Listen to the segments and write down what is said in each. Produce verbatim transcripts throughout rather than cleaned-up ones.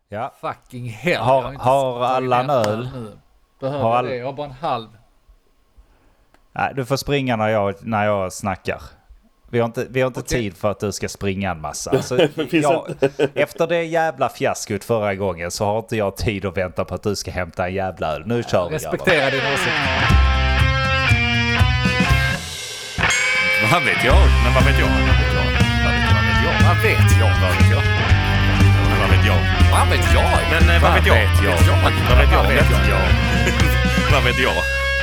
Ja. Fucking hell. Har, jag har, har alla en öl? Nu. Behöver Har jag all... det? Jag har bara en halv. Nej, du får springa när jag, när jag snackar. Vi har inte, vi har inte Okay. tid för att du ska springa en massa. Alltså, jag, efter det jävla fiaskot förra gången så har inte jag tid att vänta på att du ska hämta en jävla öl. Nu kör vi. Respektera din åsikt. Vad vet jag? Men vad vet jag? Vad vet jag? Vad vet jag? Vad vet jag? Vad vet jag? Men vad vet jag? Men vad vet jag? Vad vet jag? Vad vet jag? Vad vet jag?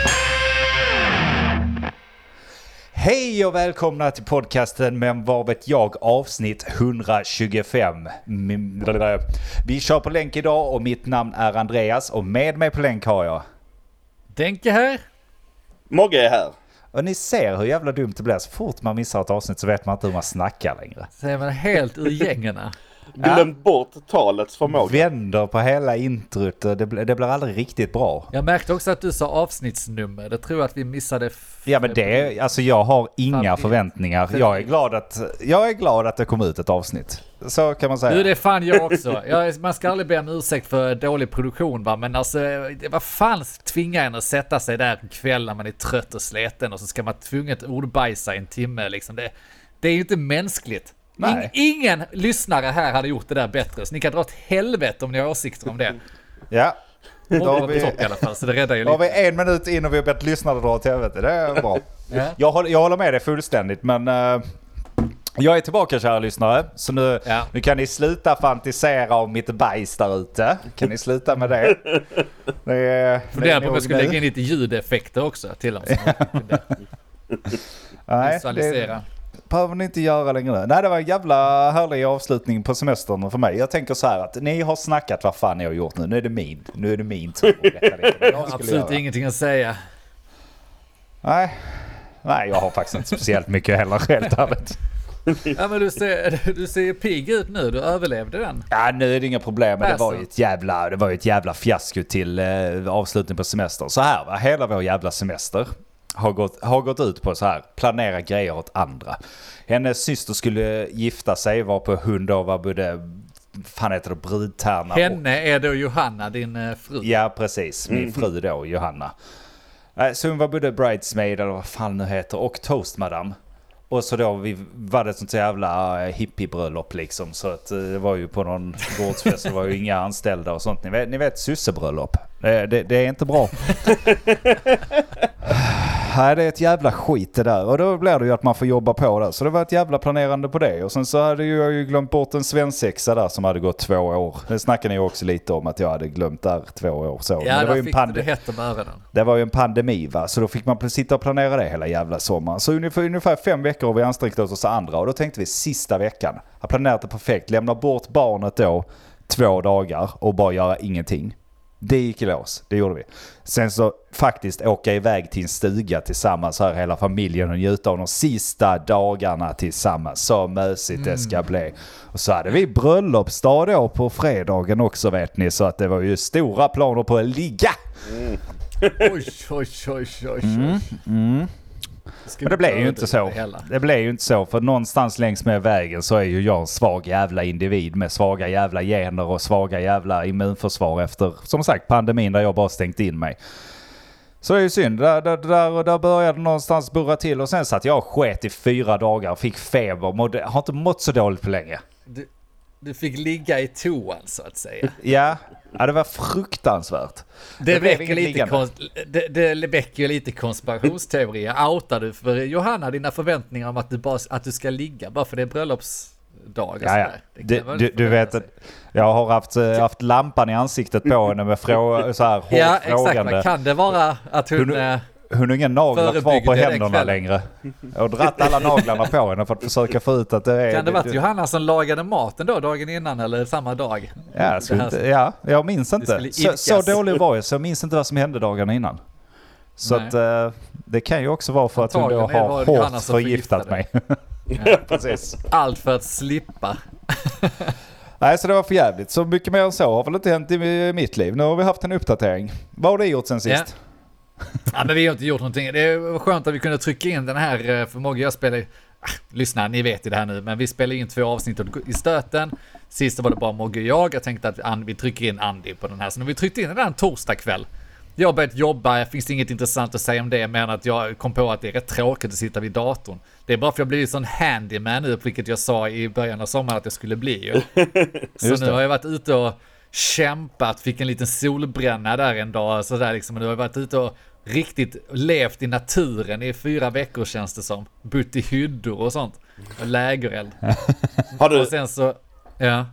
Hej och välkomna till podcasten Men vad vet jag, avsnitt etthundratjugofem. Vi kör på länk idag och mitt namn är Andreas och med mig på länk har jag Denke här. Mogge är här. Och ni ser hur jävla dumt det blir. Så fort man missar ett avsnitt så vet man inte hur man snackar längre. Så är man helt ur gängerna. Glömt ja. bort talets förmåga. Vänder på hela introt. Det, det blir aldrig riktigt bra. Jag märkte också att du sa avsnittsnummer. Det tror jag att vi missade. F- ja men det, alltså jag har inga fan, förväntningar. Jag är glad att, jag är glad att det kom ut ett avsnitt. Så kan man säga. Du, det är fan jag också. Jag, man ska aldrig be om ursäkt för dålig produktion va. Men alltså, vad fan tvingar en att sätta sig där en kväll när man är trött och sleten och så ska man tvunget ordbajsa en timme liksom. Det, det är ju inte mänskligt. In, ingen lyssnare här hade gjort det där bättre. Så ni kan dra åt helvete om ni har åsikter om det. Ja. Då har vi, topp i alla fall, så det räddar ju lite. Har vi en minut in och vi har bett lyssnare dra åt helvete. Det är bra. Ja. jag, håller, jag håller med dig fullständigt. Men uh, jag är tillbaka, kära lyssnare. Så nu, ja. nu kan ni sluta fantisera om mitt bajs där ute. Kan ni sluta med det? det är, Fundera på om jag skulle lägga in lite ljudeffekter också till dem. Nej, visualisera. Det behöver ni inte göra längre. Nej, det var en jävla härlig avslutning på semestern för mig. Jag tänker så här att ni har snackat vad fan ni har gjort nu. Nu är det min. Nu är det min tur. Jag har absolut göra. ingenting att säga. Nej. Nej, jag har faktiskt inte speciellt mycket heller helt ärligt. Ja, men du ser, du ser pigg ut nu. Du överlevde den. Ja, nu är det inga problem. Men det var ju ett jävla, det var ju ett jävla fiasko till eh, avslutning på semester. Så här va, hela vår jävla semester har gått, har gått ut på så här, planera grejer åt andra. Hennes syster skulle gifta sig, var på hund och var både, fan heter det, brudtärna. Henne och, är då Johanna, din fru. Ja, precis. Min mm. fru då, Johanna. Så hon var både bridesmaid, eller vad fan nu heter, och toastmadam. Och så då vi, var det ett sånt jävla hippiebröllop liksom. Så att det var ju på någon gårdsfest, det var ju inga anställda och sånt. Ni vet, ni vet syssebröllop. Det, det, det är inte bra. Nej, det är ett jävla skit det där. Och då blir det ju att man får jobba på det. Så det var ett jävla planerande på det. Och sen så hade jag ju glömt bort en svensexa där som hade gått två år. Det snackade ni också lite om att jag hade glömt där två år. Så. Ja, men det var ju en fick pande- det hette med öronen. Det var ju en pandemi va. Så då fick man sitta och planera det hela jävla sommaren. Så ungefär, ungefär fem veckor har vi ansträngt oss andra. Och då tänkte vi sista veckan. Jag planerat det perfekt. Lämna bort barnet då två dagar och bara göra ingenting. Det gick i lås, det gjorde vi. Sen så faktiskt åka iväg till en stuga tillsammans här hela familjen och njuta av de sista dagarna tillsammans. Så mösigt mm. det ska bli. Och så hade vi bröllopsdag då på fredagen också vet ni. Så att det var ju stora planer på att ligga. Mm. oj, oj, oj, oj, oj. Mm. Mm. Men det blev ju inte så. Det blev ju inte så. För någonstans längs med vägen så är ju jag en svag jävla individ med svaga jävla gener och svaga jävla immunförsvar efter, som sagt, pandemin där jag bara stängt in mig. Så det är ju synd. Där, där, där, där började någonstans burra till och sen satt jag och sket i fyra dagar, fick feber, mådde, har inte mått så dåligt på länge. Du, du fick ligga i toan så att säga. Ja, ja det var fruktansvärt. Det, det väcker lite konst, det, det väcker lite konspirationsteorier. Outar du för Johanna dina förväntningar om att du bara att du ska ligga bara för det är bröllopsdag och ja, ja. Det, du, du vet att jag har haft, haft lampan i ansiktet på henne med frå, så här hårt ja, frågande. Exakt. Kan det vara att hon... hon Hon har inga naglar kvar på händerna längre. Jag har dratt alla naglarna på henne för att försöka få ut att det är... Kan det vara det, Johanna som lagade maten då dagen innan eller samma dag? Ja, jag, inte, ja, jag minns inte. Så, så dålig var jag så jag minns inte vad som hände dagarna innan. Så att, uh, det kan ju också vara för antagligen att hon då har hårt förgiftat mig. Ja, precis. Allt för att slippa. Nej, så det var för jävligt. Så mycket mer än så har väl inte hänt i mitt liv. Nu har vi haft en uppdatering. Vad har det gjort sen sist? Ja. Ja, men vi har inte gjort någonting. Det var skönt att vi kunde trycka in den här, för Mogge jag spelar lyssna, ni vet ju det här nu, men vi spelar in två avsnitt i stöten. Sist var det bara Mogge och jag. Jag tänkte att vi trycker in Andy på den här. Så nu vi tryckte in den där en torsdag kväll. Jag har börjat jobba, det finns inget intressant att säga om det, men att jag kom på att det är rätt tråkigt att sitta vid datorn. Det är bara för att jag blivit sån handyman nu, vilket jag sa i början av sommaren att jag skulle bli ju. Så nu har jag varit ute och kämpat, fick en liten solbränna där en dag, så där liksom. Nu har jag varit ute och riktigt levt i naturen i fyra veckor känns det som. Bott i hyddor och sånt. Och lägereld. Har du... Och sen så, ja.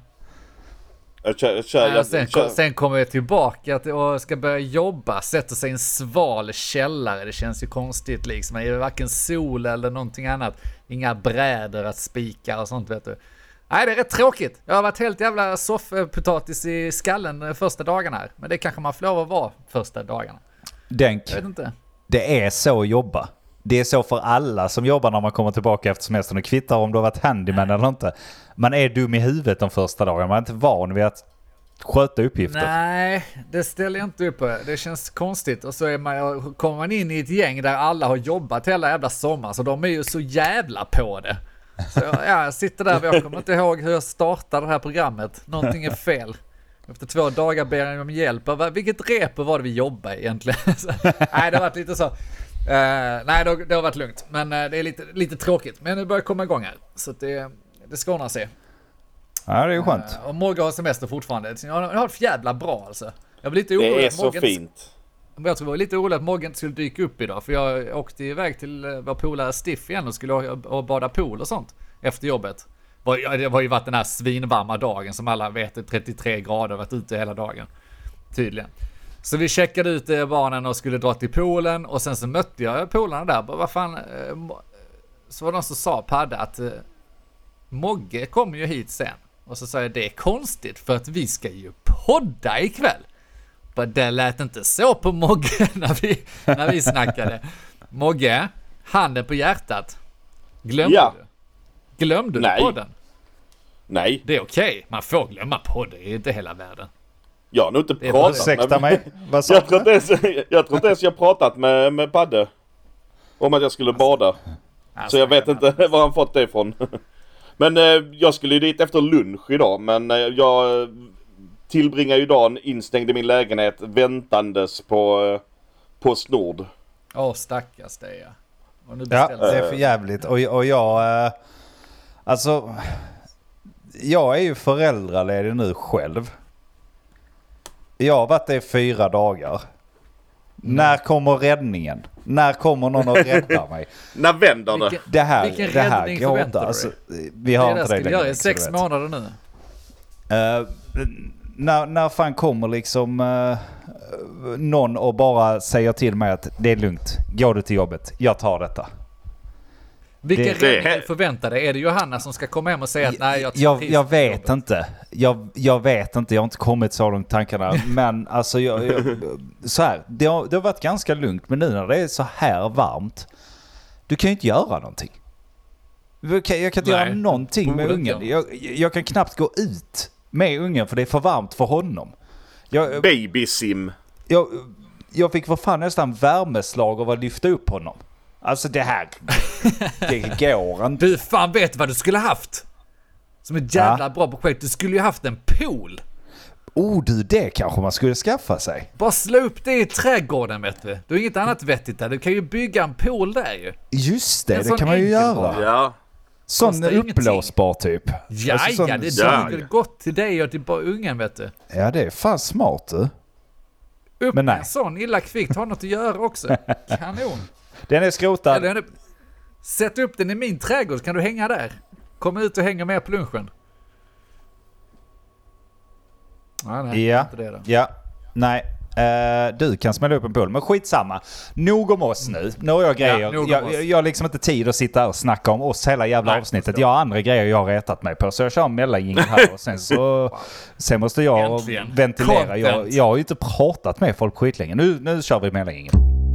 Kör, kör, ja sen, kör. sen kommer jag tillbaka till, och ska börja jobba. Sätter sig i en sval källare. Det känns ju konstigt liksom. Det är varken sol eller någonting annat. Inga brädor att spika och sånt, vet du. Nej, det är rätt tråkigt. Jag har varit helt jävla soffpotatis i skallen första dagarna här. Men det kanske man får lov att vara första dagarna. Denk, jag vet inte. Det är så att jobba. Det är så för alla som jobbar när man kommer tillbaka efter semestern. Och kvittar om du har varit handyman eller inte. Man är dum i huvudet de första dagarna. Man är inte van vid att sköta uppgifter. Nej, det ställer jag inte upp på. Det känns konstigt. Och så är man, kommer man in i ett gäng där alla har jobbat hela jävla sommar. Så de är ju så jävla på det. Så jag, ja, jag sitter där och jag kommer inte ihåg hur jag startade det här programmet. Någonting är fel. Efter två dagar ber jag om hjälp. Vilket rep var det vi jobbade egentligen? Så, nej, det har varit lite så. Uh, nej, det, det har varit lugnt. Men uh, det är lite, lite tråkigt. Men nu börjar komma igång här. Så det, det ska ordna sig. Ja, det är ju skönt. Uh, och Mogge har semester fortfarande. Jag har, jag har ett jävla bra alltså. Jag blir lite orolig. Det är så Moggen, fint. Jag tror det var lite orolig att Mogge inte skulle dyka upp idag. För jag åkte iväg till uh, vår polare Stiff igen och skulle och bada pool och sånt. Efter jobbet. Det har ju varit den här svinvarma dagen som alla vet är trettiotre grader och varit ute hela dagen. Tydligen. Så vi checkade ut barnen och skulle dra till poolen. Och sen så mötte jag polarna där. Bara, vad fan, så var det någon som sa Padde att Mogge kommer ju hit sen. Och så sa jag, det är konstigt för att vi ska ju podda ikväll. Bara, det lät inte så på Mogge när vi, när vi snackade. Mogge, handen på hjärtat. Glömde ja. du? Glömde Nej. du podden? Nej. Det är okej. Okay. Man får glömma podden. Det är inte hela världen. Jag har nog inte pratat Ursäkta mig. Vad sa jag, tror inte ens, jag tror inte ens jag pratat med, med Padde om att jag skulle bada. Alltså, så jag vet inte var han fått det ifrån. Men eh, jag skulle ju dit efter lunch idag. Men eh, jag tillbringar ju dagen instängd i min lägenhet väntandes på, eh, på Snord. Åh, stackars det, ja. Och nu ja, det är för jävligt. Och, och jag... Eh, alltså... Jag är ju föräldraledig nu själv. Jag har varit det i fyra dagar. Mm. När kommer räddningen? När kommer någon att rädda mig? När vänder det? Vilken, det här, vilken det här räddning går inte. Alltså, vi har det inte det längre. Jag är sex månader nu. Uh, när, när fan kommer liksom uh, någon och bara säger till mig att det är lugnt. Går du till jobbet? Jag tar detta. Vilken det, räddning du förväntar dig? Är det Johanna som ska komma hem och säga att nej, jag tar Jag, jag vet jobbet. inte. Jag, jag vet inte. Jag har inte kommit så långt tankarna. Men alltså, jag, jag, så här. Det har, det har varit ganska lugnt. Men nu när det är så här varmt. Du kan ju inte göra någonting. Jag kan, jag kan inte nej, göra någonting med ungen. Jag, jag kan knappt gå ut med ungen för det är för varmt för honom. Jag, Babysim. Jag, jag fick för fan nästan värmeslag av att lyfta upp honom. Alltså det här, det går inte. Du fan vet vad du skulle haft. Som ett jävla ja. bra projekt. Du skulle ju haft en pool. Oh du, det kanske man skulle skaffa sig. Bara slå upp det i trädgården, vet du. Du har inget annat vettigt där. Du kan ju bygga en pool där ju. Just det, det kan man ju göra. Ja. Sån uppblåsbar typ. Ja, alltså, sån, ja, det är ja. ja. gott till dig och till bara ungen, vet du. Ja, det är fan smart du. Upp Men nej. en sån illa kvickt har något att göra också. Kanon. Den är skrotad. Ja, den är... Sätt upp den i min trädgård, kan du hänga där? Kom ut och hänga med på lunchen. Ah, nej, ja, inte det då. ja, nej. Uh, du kan smälla upp en pool, men skitsamma. Nog om oss nu. Nu har jag grejer. Ja, jag, jag, jag har liksom inte tid att sitta och snacka om oss hela jävla nej, avsnittet. Jag har andra grejer jag har retat mig på. Så jag kör mellangingen här och sen så wow. Sen måste jag Äntligen. ventilera. Jag, jag har ju inte pratat med folk skitlänge. Nu, nu kör vi mellangingen.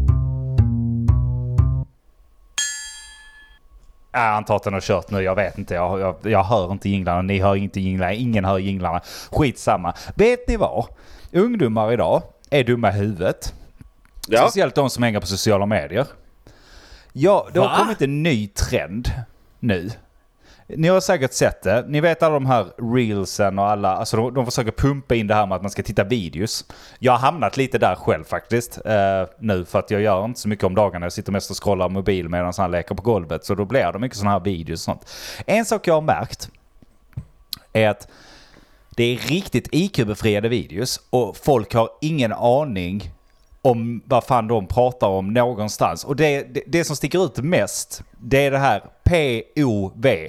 Ja, antar att den har kört nu, jag vet inte. Jag, jag, jag hör inte jinglarna, ni hör inte jinglarna, ingen hör jinglarna. Skitsamma. Vet ni vad? Ungdomar idag är dumma i huvudet. Ja. Speciellt de som hänger på sociala medier. Ja, det har Va? kommit en ny trend nu. Ni har säkert sett det. Ni vet alla de här reelsen och alla, alltså de, de försöker pumpa in det här med att man ska titta videos. Jag har hamnat lite där själv faktiskt eh, nu, för att jag gör inte så mycket om dagarna. Jag sitter mest och scrollar mobil medan han leker på golvet, så då blir det mycket sådana här videos och sånt. En sak jag har märkt är att det är riktigt I Q-befriade videos och folk har ingen aning om vad fan de pratar om någonstans. Och det, det, det som sticker ut mest, det är det här P O V.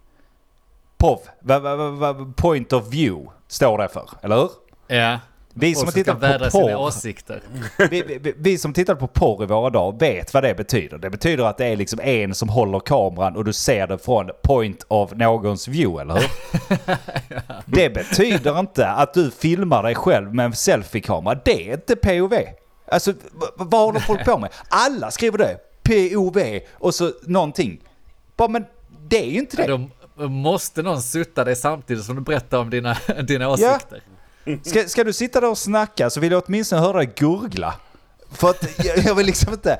P O V. Point of view står det för, eller hur? Ja. Vi som, tittar på porr, åsikter. Vi, vi, vi som tittar på porr i våra dagar vet vad det betyder. Det betyder att det är liksom en som håller kameran och du ser det från point of någons view, eller hur? Ja. Det betyder inte att du filmar dig själv med en selfie-kamera. Det är inte P O V. Alltså, vad håller folk på med? Alla skriver det. P O V och så någonting. Bara, men det är ju inte det. Ja, då måste någon sutta dig samtidigt som du berättar om dina, dina åsikter. Ja. Ska, ska du sitta där och snacka så vill jag åtminstone höra dig gurgla. För att jag, jag vill liksom inte...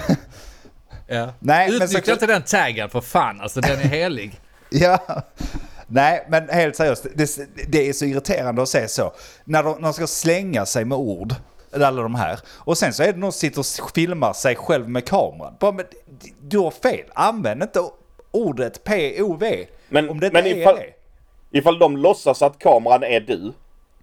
Ja. Nej, utnyttja men så... inte den taggen för fan. Alltså, den är helig. Ja. Nej, men helt seriöst. Det, det är så irriterande att se så. När de, när de ska slänga sig med ord, alla de här. Och sen så är det någon som sitter och filmar sig själv med kameran. Bara, men du har fel. Använd inte ordet P O V. Men, om det men är ifall, det. ifall de låtsas att kameran är du,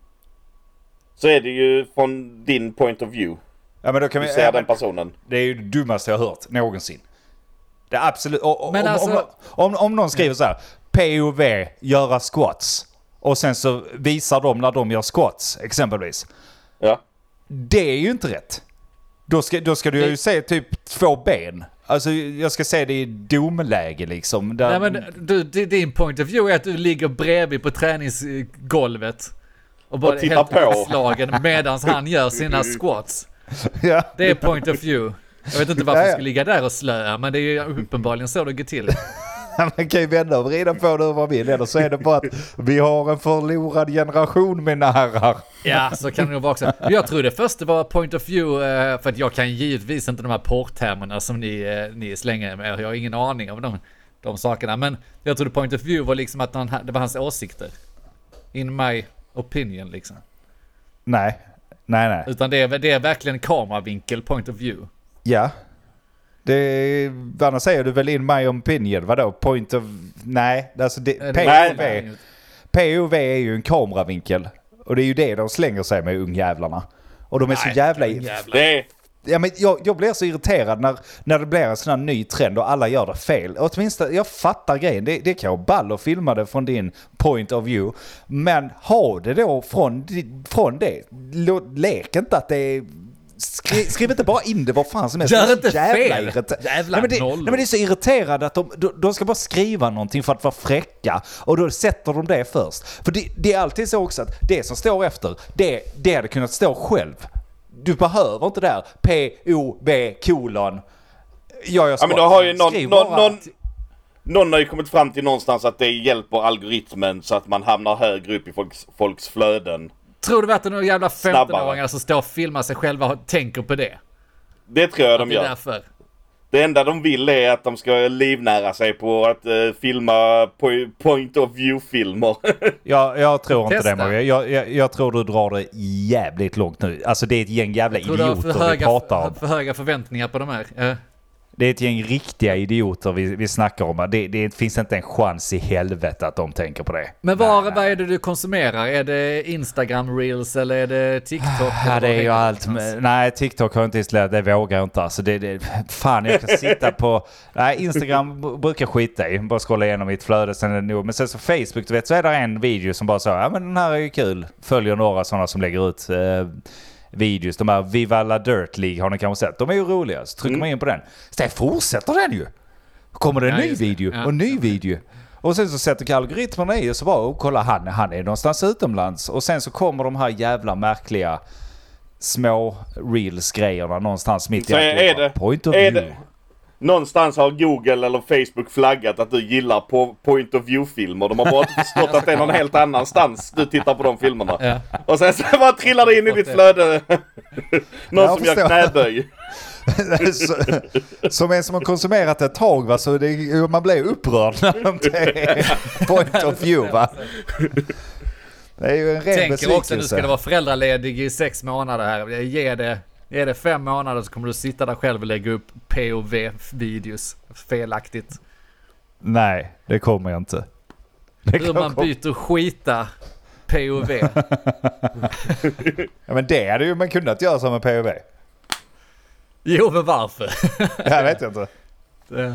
så är det ju från din point of view. Ja, men då kan du vi, ser ja, den personen. Det är ju det dummaste jag har hört någonsin. Det är absolut... Och, men om, alltså, om, om, om någon skriver så här, P O V, göra squats. Och sen så visar de när de gör squats, exempelvis. Ja. Det är ju inte rätt. Då ska, då ska du ju se typ två ben. Alltså jag ska se det i domläge liksom. Där... Nej, men du, din point of view är att du ligger bredvid på träningsgolvet och bara och tittar på slagen medan han gör sina squats. Ja. Det är point of view. Jag vet inte varför ja, ja. jag ska ligga där och slöa, men det är ju uppenbarligen så det går till. Man kan ju vända och vrida på det hur man vill. Eller så är det bara att vi har en förlorad generation, mina herrar. Ja, så kan det nog vara också. Jag tror det första var point of view, för att jag kan givetvis inte de här porrtermerna som ni, ni slänger med. Jag har ingen aning om de, de sakerna. Men jag tror det point of view var liksom att någon, det var hans åsikter. In my opinion liksom. Nej, nej, nej. Utan det är, det är verkligen kameravinkel point of view. Ja. Det, annars säger du väl in my opinion, vadå? Point of... Nej, alltså det, P O V, P O V är ju en kameravinkel. Och det är ju det de slänger sig med, ungjävlarna. Och de är nej, så jävla... Det... Ja, men jag, jag blir så irriterad när, när det blir en sån här ny trend och alla gör det fel. Och åtminstone, jag fattar grejen. Det, det kan jag ball och filma det från din point of view. Men ha det då från, från det. Lek inte att det är... Skri, skriv inte bara in det vad fan som helst. Gör inte jävla fel. Irriter- Jävla nej, men det, noll. nej, men det är så irriterande att de, de, de ska bara skriva någonting för att vara fräcka. Och då sätter de det först. För det, det är alltid så också att det som står efter, det, det hade kunnat stå själv. Du behöver inte där P O V kolon. Ja, jag ska ja, men då har ju någon, skriv någon, bara. någon, någon har ju kommit fram till någonstans att det hjälper algoritmen så att man hamnar högre upp i folks, folks flöden. Tror du att det är några jävla femton-åringar som står och filmar sig själva och tänker på det? Det tror jag de det är gör. Därför. Det enda de vill är att de ska livnära sig på att uh, filma po- point of view-filmer. Ja, jag tror inte Testa. det, Maria. Jag, jag, jag tror du drar det jävligt långt nu. Alltså det är ett gäng jävla Tror du har idioter för höga, vi pratar om. för höga förväntningar på de här? Uh. Det är ett gäng riktiga idioter vi, vi snackar om. Det, det finns inte en chans i helvete att de tänker på det. Men var, nej, vad är det du konsumerar? Är det Instagram Reels eller är det TikTok? Ja, det är ju allt. Med, nej, TikTok har jag inte installerat. Det vågar jag inte. Alltså det, det, fan, jag kan sitta på... Nej, Instagram brukar skita i. Bara scrolla igenom mitt flöde. Sen är det nog. Men sen så Facebook, du vet, så är det en video som bara så, ja men den här är ju kul. Följer några sådana som lägger ut... Eh, videos, de här Viva la Dirt League har ni kanske sett. De är ju roliga. Så trycker mm. man in på den. Så fortsätter den ju. Kommer det en ja, ny video ja. och en ny video. Och sen så sätter algoritmerna i och så bara, och kolla han, han är någonstans utomlands. Och sen så kommer de här jävla märkliga små reels-grejerna någonstans mitt i så är det, point of är view. Det, någonstans har Google eller Facebook flaggat att du gillar på point of view-filmer. De har bara inte förstått att det är någon helt annanstans du tittar på de filmerna. Ja. Och sen så bara trillar det in i ditt flöde. Någon som gör knäböj. så, som en som har konsumerat ett tag, va? Så det, man blir upprörd när de inte är point of view, va? Det är ju en ren Tänker besvikelse. också nu ska det vara föräldraledig i sex månader här. Ge det, ge det fem månader så kommer du sitta där själv och lägga upp P O V-videos. Felaktigt. Nej, det kommer jag inte. Det Hur man byter skita P O V. Ja, men det hade ju man kunnat göra som en P O V. Jo, men varför? Jag vet inte. Det...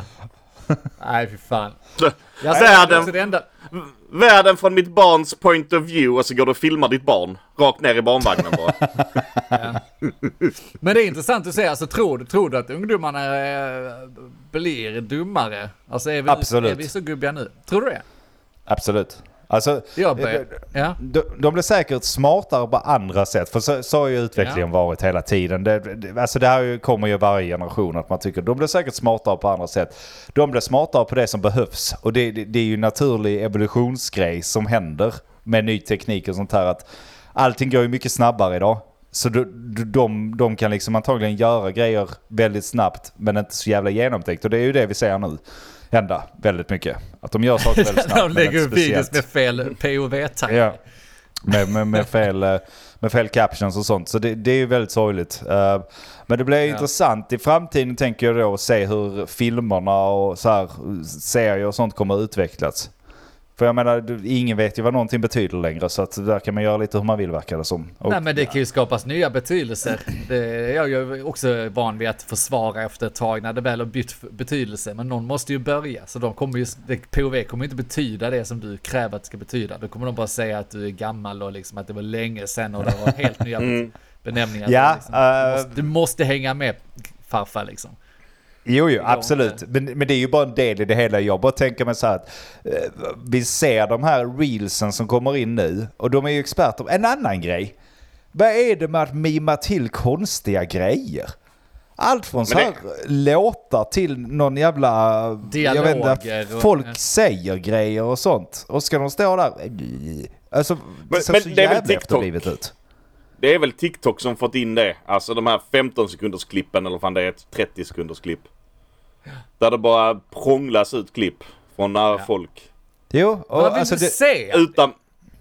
Nej, fy fan. Jag säger den, det enda... världen från mitt barns point of view och så går du och filmar ditt barn rakt ner i barnvagnen bara. Ja. Men det är intressant att säga, alltså, tror, tror du att ungdomarna äh, blir dummare? Alltså är vi, Absolut. är vi så gubbiga nu? Tror du det? Absolut. Alltså, Jag bör, ja. de, de blir säkert smartare på andra sätt. För så, så har ju utvecklingen ja. varit hela tiden. Det, det, alltså det här ju, kommer ju varje generation att man tycker de blir säkert smartare på andra sätt. De blir smartare på det som behövs. Och det, det, det är ju en naturlig evolutionsgrej som händer med ny teknik och sånt här. Att allting går ju mycket snabbare idag. Så de, de, de kan liksom antagligen göra grejer väldigt snabbt men inte så jävla genomtänkt. Och det är ju det vi ser nu hända väldigt mycket. Att de gör saker väldigt snabbt. De lägger upp videos med fel P O V-tagg. Ja, med, med, med, fel, med fel captions och sånt. Så det, det är ju väldigt sorgligt. Uh, men det blir ja. intressant i framtiden, tänker jag då, att se hur filmerna och så här, serier och sånt kommer att utvecklas. För jag menar, ingen vet ju vad någonting betyder längre, så att där kan man göra lite hur man vill, verka det som. Och, nej, men det kan ju skapas nya betydelser. Det är jag ju också van vid att försvara efter ett tag när det väl har bytt betydelse. Men någon måste ju börja, så de kommer ju, P O V kommer inte betyda det som du kräver att det ska betyda. Då kommer de bara säga att du är gammal och liksom att det var länge sedan och det var helt nya mm. benämningar. Ja, liksom. du, måste, du måste hänga med, farfar, liksom. Jo, jo, absolut. Men, men det är ju bara en del i det hela. Jag bara tänker mig så här att eh, vi ser de här reelsen som kommer in nu och de är ju experter. En annan grej. Vad är det med att mima till konstiga grejer? Allt från så här det... låtar till någon jävla... dialoger. Jag vet inte, folk och... säger grejer och sånt. Och ska de stå där... Alltså, men, det ser men så det är väl jävla efterblivet ut. Det är väl TikTok som fått in det. Alltså de här femton sekunders klippen, eller fan det är ett trettio sekunders klipp. Där det bara prånglas ut klipp från nära ja. folk. Jo, och vad vill alltså du det... se? Utan...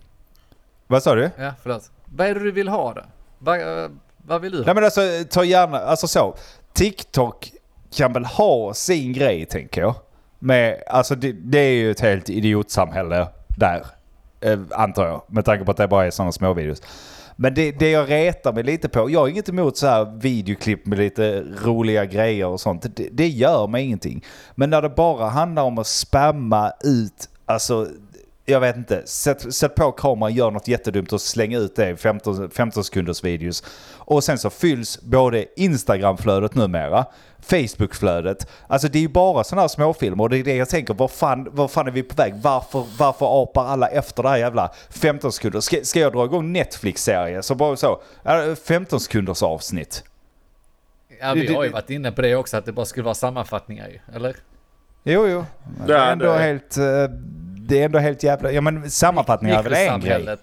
Vad sa du? Ja, förlåt. Vad är det du vill ha då? Vad, vad vill du ha? Nej, men alltså, ta gärna... Alltså så. TikTok kan väl ha sin grej, tänker jag. Med, alltså det, det är ju ett helt idiotsamhälle där. Eh, antar jag. Med tanke på att det bara är sådana små videos. Men det, det jag retar mig lite på, jag har inget emot så här videoklipp med lite roliga grejer och sånt. Det, det gör mig ingenting. Men när det bara handlar om att spamma ut, alltså jag vet inte, sätt, sätt på kameran, gör något jättedumt och släng ut det i femton, femton sekunders videos. Och sen så fylls både Instagram-flödet numera, Facebook-flödet. Alltså det är ju bara sådana här småfilmer och det är det jag tänker, var fan, var fan är vi på väg? Varför, varför apar alla efter det här jävla femton sekunder? Ska, ska jag dra igång Netflix-serie så bara så, femton sekunders avsnitt? Ja, vi har ju varit inne på det också, att det bara skulle vara sammanfattningar ju, eller? Jo, jo. Det är ändå helt... Det är ändå helt jävla... Ja, men sammanfattningar är väl en grej.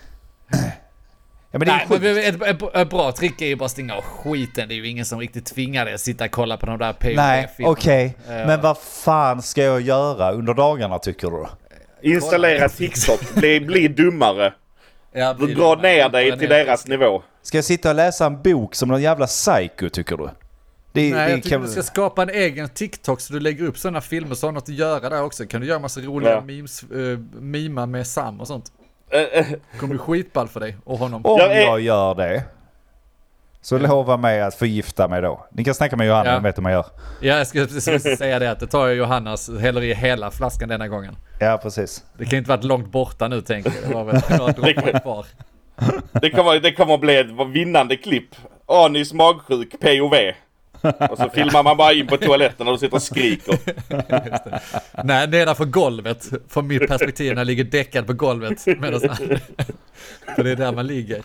Ja, men det är Nej, men ett, ett, ett bra trick är ju bara att stänga av skiten. Det är ju ingen som riktigt tvingar dig att sitta och kolla på de där P O V-filmerna. Nej, okej. Okay. Uh, men vad fan ska jag göra under dagarna, tycker du? Installera TikTok. Bli, bli dummare. Ja, bli Dra dummare. ner dig till ner deras dig. nivå. Ska jag sitta och läsa en bok som någon jävla psycho, tycker du? Det, Nej, det jag tycker kan... du ska skapa en egen TikTok så du lägger upp sådana filmer så har något att göra där också. Kan du göra massa roliga ja. memes, uh, mima med Sam och sånt? Kommer bli skitball för dig och honom. Om jag gör det så lovar mig att förgifta mig då. Ni kan snacka med Johanna, ja. vet hur man gör. Ja, jag skulle precis säga det, att det tar jag Johannas häller i hela flaskan denna gången. Ja, precis. Det kan inte varit långt borta nu, tänker jag. Det var väl några droppar kvar. Det kommer, det kommer bli ett vinnande klipp. Anis magsjuk P O V. Och så filmar man bara in på toaletten och du sitter och skriker. Nej, nedanför golvet. Från mitt perspektiv när jag ligger däckad på golvet. För det är där man ligger.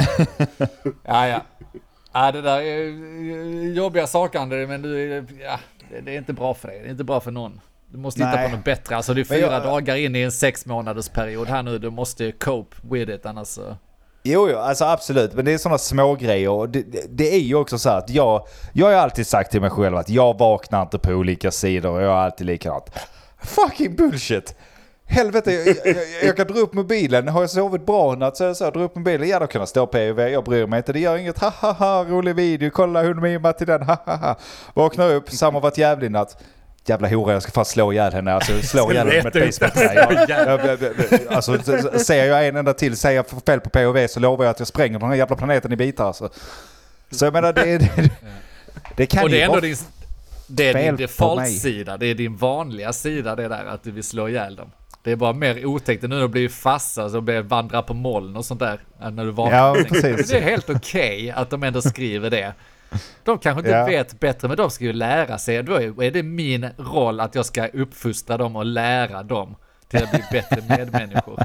Ja, ja. Ja, det där är jobbiga saker, men du, ja, det är inte bra för dig. Det är inte bra för någon. Du måste hitta Nej. på något bättre. Alltså det är fyra jag... dagar in i en sex månaders period här nu. Du måste cope with it, annars så... Jo, jo, alltså absolut. Men det är sådana små grejer. Och det, det är ju också så här att jag, jag har alltid sagt till mig själv att jag vaknar inte på olika sidor och jag är alltid likadant. Fucking bullshit! Helvete, jag, jag, jag kan dra upp mobilen. Har jag sovit bra en natt så jag så drar upp mobilen. Ja, då kan jag stå P O V. Jag bryr mig inte. Det gör inget. Ha, ha, ha. Rolig video. Kolla hur de mimar till den. Ha, ha, ha. Vaknar upp. Samma varit jävlig natt. Jävla hora, jag ska fan slå ihjäl henne. Alltså slå ihjäl henne med ett basebollträ. Alltså ser jag en enda till, säger jag fel på P O V så lovar jag att jag spränger den här jävla planeten i bitar. Alltså. Så jag menar, det, det, det kan och det ju är ändå vara din, det är din default-sida. Det är din vanliga sida det där, att du vill slå ihjäl dem. Det är bara mer otäckt nu när du blir fassa så blir vandra på moln och sånt där. När du vaknar. Ja, precis. Det är helt okej okay att de ändå skriver det. De kanske inte ja. vet bättre, men de ska ju lära sig. Då är det min roll att jag ska uppfostra dem och lära dem till att bli bättre medmänniskor.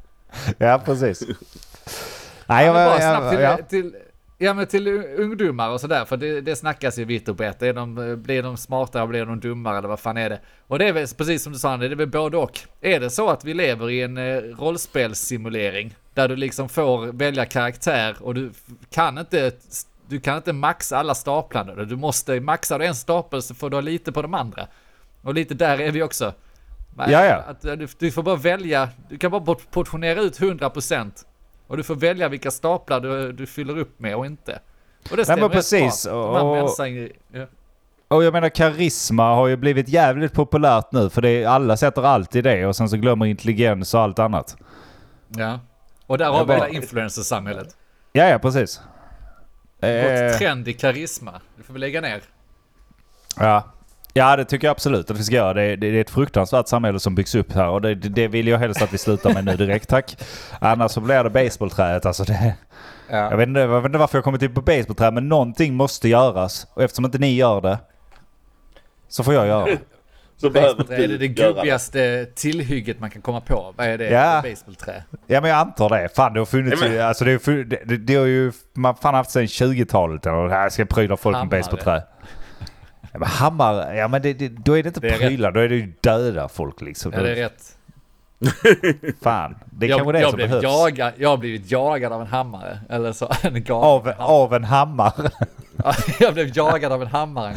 Ja, precis. Nej, ja, men bara ja, snabbt till, ja. till, ja, men till ungdomar och sådär, för det, det snackas ju vitt och brett. Är de, blir de smartare, blir de dummare, eller vad fan är det? Och det är väl precis som du sa, det är väl både och. Är det så att vi lever i en eh, rollspelssimulering där du liksom får välja karaktär och du kan inte... Du kan inte maxa alla staplarna. Du måste maxa en stapel så får du ha lite på de andra. Och lite där är vi också. Men ja, ja. Att du, du får bara välja. Du kan bara portionera ut hundra procent. Och du får välja vilka staplar du, du fyller upp med och inte. Och det stämmer. Nej, men precis. Och, och, ja. och jag menar, karisma har ju blivit jävligt populärt nu. För det, alla sätter alltid det. Och sen så glömmer intelligens och allt annat. Ja. Och där har vi bara... hela influencer-samhället. Ja, ja, precis. Gått trend i karisma. Det får vi lägga ner. Ja. Ja, det tycker jag absolut att vi ska göra. Det är, det är ett fruktansvärt samhälle som byggs upp här. Och det, det vill jag helst att vi slutar med nu direkt, tack. Annars så blir det baseballträet. Alltså det, ja. jag, vet inte, jag vet inte varför jag kommit till på baseballträet, men någonting måste göras. Och eftersom inte ni gör det så får jag göra det. Så behöver är det det gubbigaste tillhygget man kan komma på? Vad är det? Ja. Baseballträ? Ja, men jag antar det. Fan, det har funnits ja, ju, alltså det, är, det, det har ju man fan haft sedan tjugotalet och här ska pryla folk med baseballträ. Ja, men hammar, ja men det, det, då är det inte det pryla, rätt. Då är det ju döda folk liksom. Ja, det är rätt. Fan, det är jag, kanske det jag som blev behövs. Jagad, jag har blivit jagad av en hammare. Eller så, en av, hammare. av en hammare? Jag blev jagad av en hammare.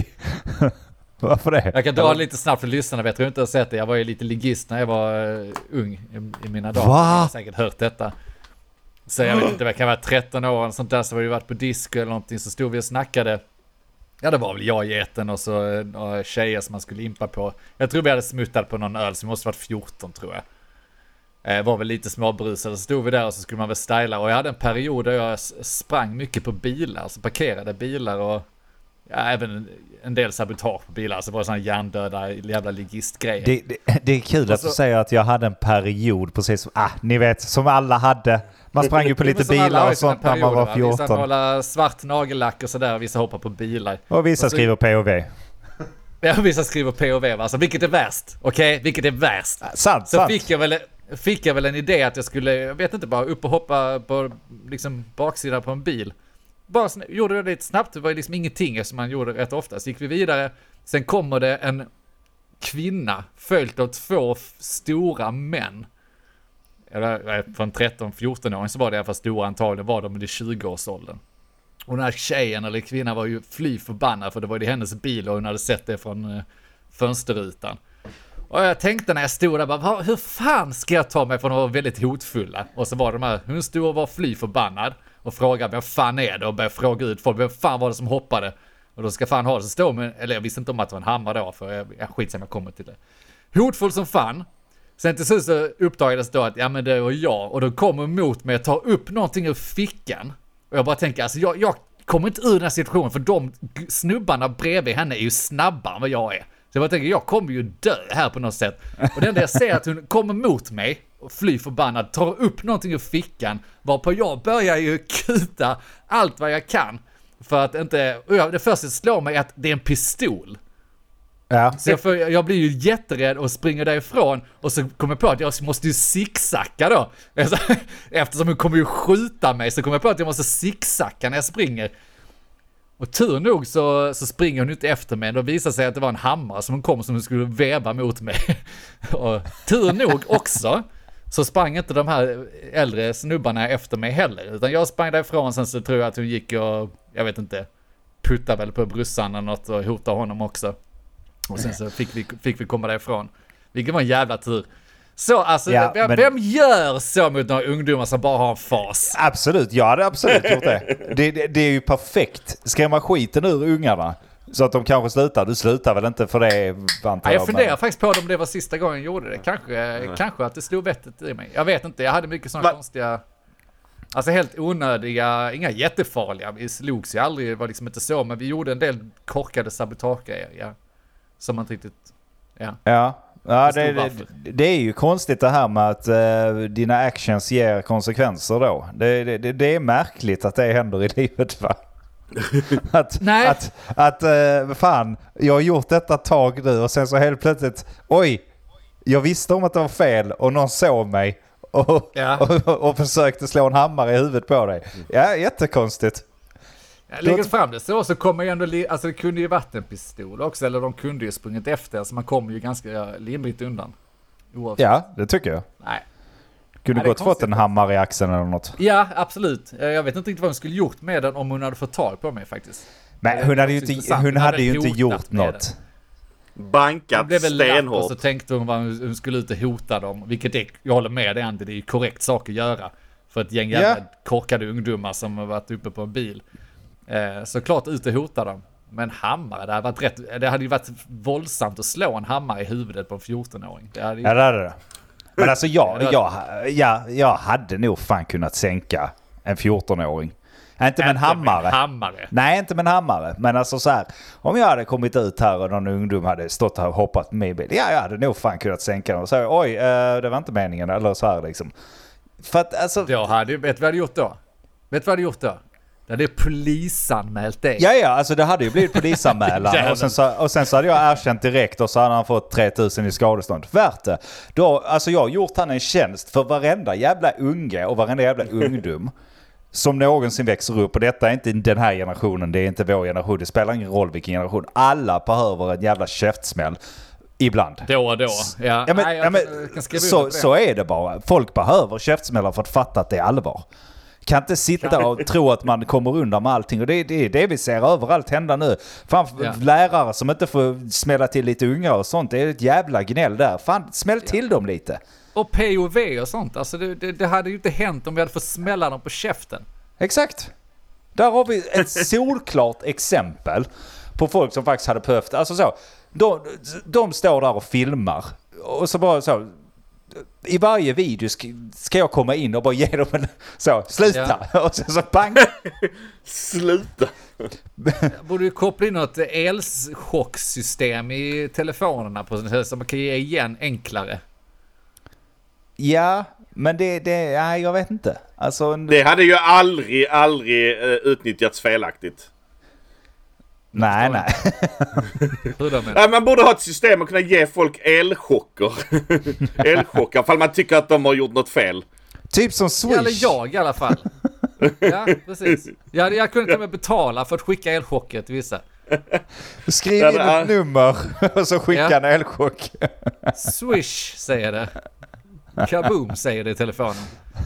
Varför det? Jag kan dra lite snabbt för lyssnarna, vet jag inte har sett det. Jag var ju lite ligist när jag var uh, ung i, i mina dagar. Jag har säkert hört detta. Så jag vet inte, det kan vara tretton år och sånt där, så var det varit på disco eller någonting, så stod vi och snackade. Ja, det var väl jag i äten och så några tjejer som man skulle impa på. Jag tror vi hade smuttat på någon öl, så det måste varit fjorton tror jag. Eh, var väl lite småbrusade, så stod vi där och så skulle man väl styla. Och jag hade en period där jag sprang mycket på bilar, alltså parkerade bilar och ja, även en del sabotage på bilar. Så var det sådana hjärndöda jävla ligistgrejer. Det, det, det är kul att så, du säger att jag hade en period precis som, ah, ni vet, som alla hade. Man sprang ju på lite bilar och sånt när man var fjorton. Vissa målar svart nagellack och sådär, och vissa hoppar på bilar. Och vissa och så, skriver P O V. Ja, vissa skriver P O V. Alltså, vilket är värst? Okej, okay? Vilket är värst? Sant, så sant. Fick jag väl... Fick jag väl en idé att jag skulle, jag vet inte, bara upp och hoppa på liksom baksidan på en bil. Bara sn- gjorde det lite snabbt, det var liksom ingenting som man gjorde rätt ofta. Så gick vi vidare, sen kommer det en kvinna följt av två f- stora män. Eller från tretton fjorton år så var det i alla fall stora, antagligen var de i tjugo-årsåldern. Och den här tjejen eller kvinnan var ju fly förbannad, för det var ju hennes bil och hon hade sett det från uh, fönsterrutan. Och jag tänkte när jag stod där, bara, hur fan ska jag ta mig, för de var väldigt hotfulla. Och så var de här, hon stod och var fly förbannad och frågade, vad fan är det? Och började fråga ut folk, vem fan var det som hoppade? Och då ska fan ha det, så stod med, eller jag visste inte om att det var en hammare då, för jag, jag skit som jag kommer till det. Hotfull som fan. Sen till slut så uppdagades då att, ja men det var jag. Och då kom hon mot mig och tar upp någonting ur fickan. Och jag bara tänker, alltså jag, jag kommer inte ur den här situationen, för de snubbarna bredvid henne är ju snabbare än vad jag är. Så jag bara tänker, jag kommer ju dö här på något sätt. Och det enda jag ser att hon kommer mot mig och fly förbannad, tar upp någonting ur fickan, varpå jag börjar ju kuta allt vad jag kan. För att inte, det första slår mig att det är en pistol. Ja. Så jag, för, jag blir ju jätterädd och springer därifrån, och så kommer jag på att jag måste ju zigzacka då. Eftersom hon kommer ju skjuta mig, så kommer jag på att jag måste zigzacka när jag springer. Och tur nog så, så springer hon inte efter mig. Då visade sig att det var en hammare som hon kom som hon skulle veva mot mig. Och tur nog också så sprang inte de här äldre snubbarna efter mig heller. Utan jag sprang därifrån, sen så tror jag att hon gick och, jag vet inte, puttade väl på brussan eller något och hotade honom också. Och sen så fick vi, fick vi komma därifrån. Vilket var en jävla tur. Så alltså, Ja, vem, men... vem gör så mot några ungdomar som bara har en fas? Absolut, jag hade absolut gjort det. Det, det. det är ju perfekt. Skrämma skiten ur ungarna. Så att de kanske slutar. Du slutar väl inte för det, antar jag. Jag funderar men... faktiskt på om det var sista gången jag gjorde det. Kanske, mm. kanske att det slog vettet i mig. Jag vet inte, jag hade mycket sådana Va? konstiga... Alltså helt onödiga, inga jättefarliga. Vi slogs ju aldrig, det var liksom inte så. Men vi gjorde en del korkade sabotagegrejer, ja. Som man inte riktigt... Ja. Ja. Ja, det, det, det är ju konstigt det här med att uh, dina actions ger konsekvenser då. Det, det, det är märkligt att det händer i livet, va? att, Nej. att, att uh, fan, jag har gjort detta ett tag nu och sen så helt plötsligt, oj, jag visste om att det var fel och någon såg mig och, ja. och, och, och försökte slå en hammare i huvudet på dig. Ja, jättekonstigt. Jag lägger fram det så, så kommer jag ändå, li- alltså det kunde ju varit en pistol också, eller de kunde ju sprungit efter, så man kommer ju ganska lindrigt undan. Oavsett. Ja, det tycker jag. Nej. Kunde Nej, gott fått en hammare i axeln eller något. Ja, absolut. Jag vet inte riktigt vad hon skulle gjort med den om hon hade fått tag på mig faktiskt. Men hon hade ju inte, hon hon hade ju inte gjort något. Bankat stenhårt. Och så tänkte hon vad hon skulle ut och hota dem, vilket är, jag håller med dig Andy, det är ju korrekt sak att göra. För ett gäng jävla yeah. korkade ungdomar som har varit uppe på en bil. Eh, såklart ut och hota dem. Men hammare, det hade varit rätt, det hade ju varit våldsamt att slå en hammare i huvudet på en fjorton-åring. Det hade ju... Ja, det hade det. Men alltså jag, jag, jag, jag hade nog fan kunnat sänka en fjorton-åring. Inte med en hammare. Med en hammare. Nej, inte med en hammare. Men alltså så här, om jag hade kommit ut här och någon ungdom hade stått här och hoppat med bil. Ja, jag hade nog fan kunnat sänka den och säga, oj, eh, det var inte meningen. Eller så här liksom. För att alltså... Då hade, vet du vad jag hade gjort då? Vet du vad jag hade gjort då? Det hade polisanmält dig. Ja, ja, alltså det hade ju blivit polisanmälan. och, sen så, och sen så hade jag erkänt direkt och så hade han fått tre tusen i skadestånd. Värt det. Då, alltså jag har gjort han en tjänst för varenda jävla unge och varenda jävla ungdom som någonsin växer upp. Och detta är inte den här generationen, det är inte vår generation. Det spelar ingen roll vilken generation. Alla behöver en jävla käftsmäll. Ibland. Då och då. Ja, ja, men, Nej, ja, men, så, så är det bara. Folk behöver käftsmällar för att fatta att det är allvar. Kan inte sitta och tro att man kommer undan med allting. Och det är det, det vi ser överallt hända nu. Fan, ja. Lärare som inte får smälla till lite unga och sånt. Det är ett jävla gnäll där. Fan, smäll till ja. dem lite. Och P O V och sånt. Alltså det, det, det hade ju inte hänt om vi hade fått smälla dem på käften. Exakt. Där har vi ett solklart exempel på folk som faktiskt hade behövt. Alltså så, de, de står där och filmar. Och så bara så... I varje video ska, ska jag komma in och bara ge dem en så, sluta. Ja. Och sen så bang. Sluta. Borde ju koppla in något elchocksystem i telefonerna på, som man kan ge igen enklare. Ja, men det, det nej, jag vet inte. Alltså, det hade ju aldrig, aldrig uh, utnyttjats felaktigt. Nej, nej. nej. Man borde ha ett system att kunna ge folk elchocker. Elchocker, fall man tycker att de har gjort något fel. Typ som Swish. Eller jag i alla fall. Ja, precis. Jag, jag kunde inte betala för att skicka elchocker till vissa. Skriv in ett nummer och så skicka ja. en elchock. Swish säger det. Kaboom säger det i telefonen.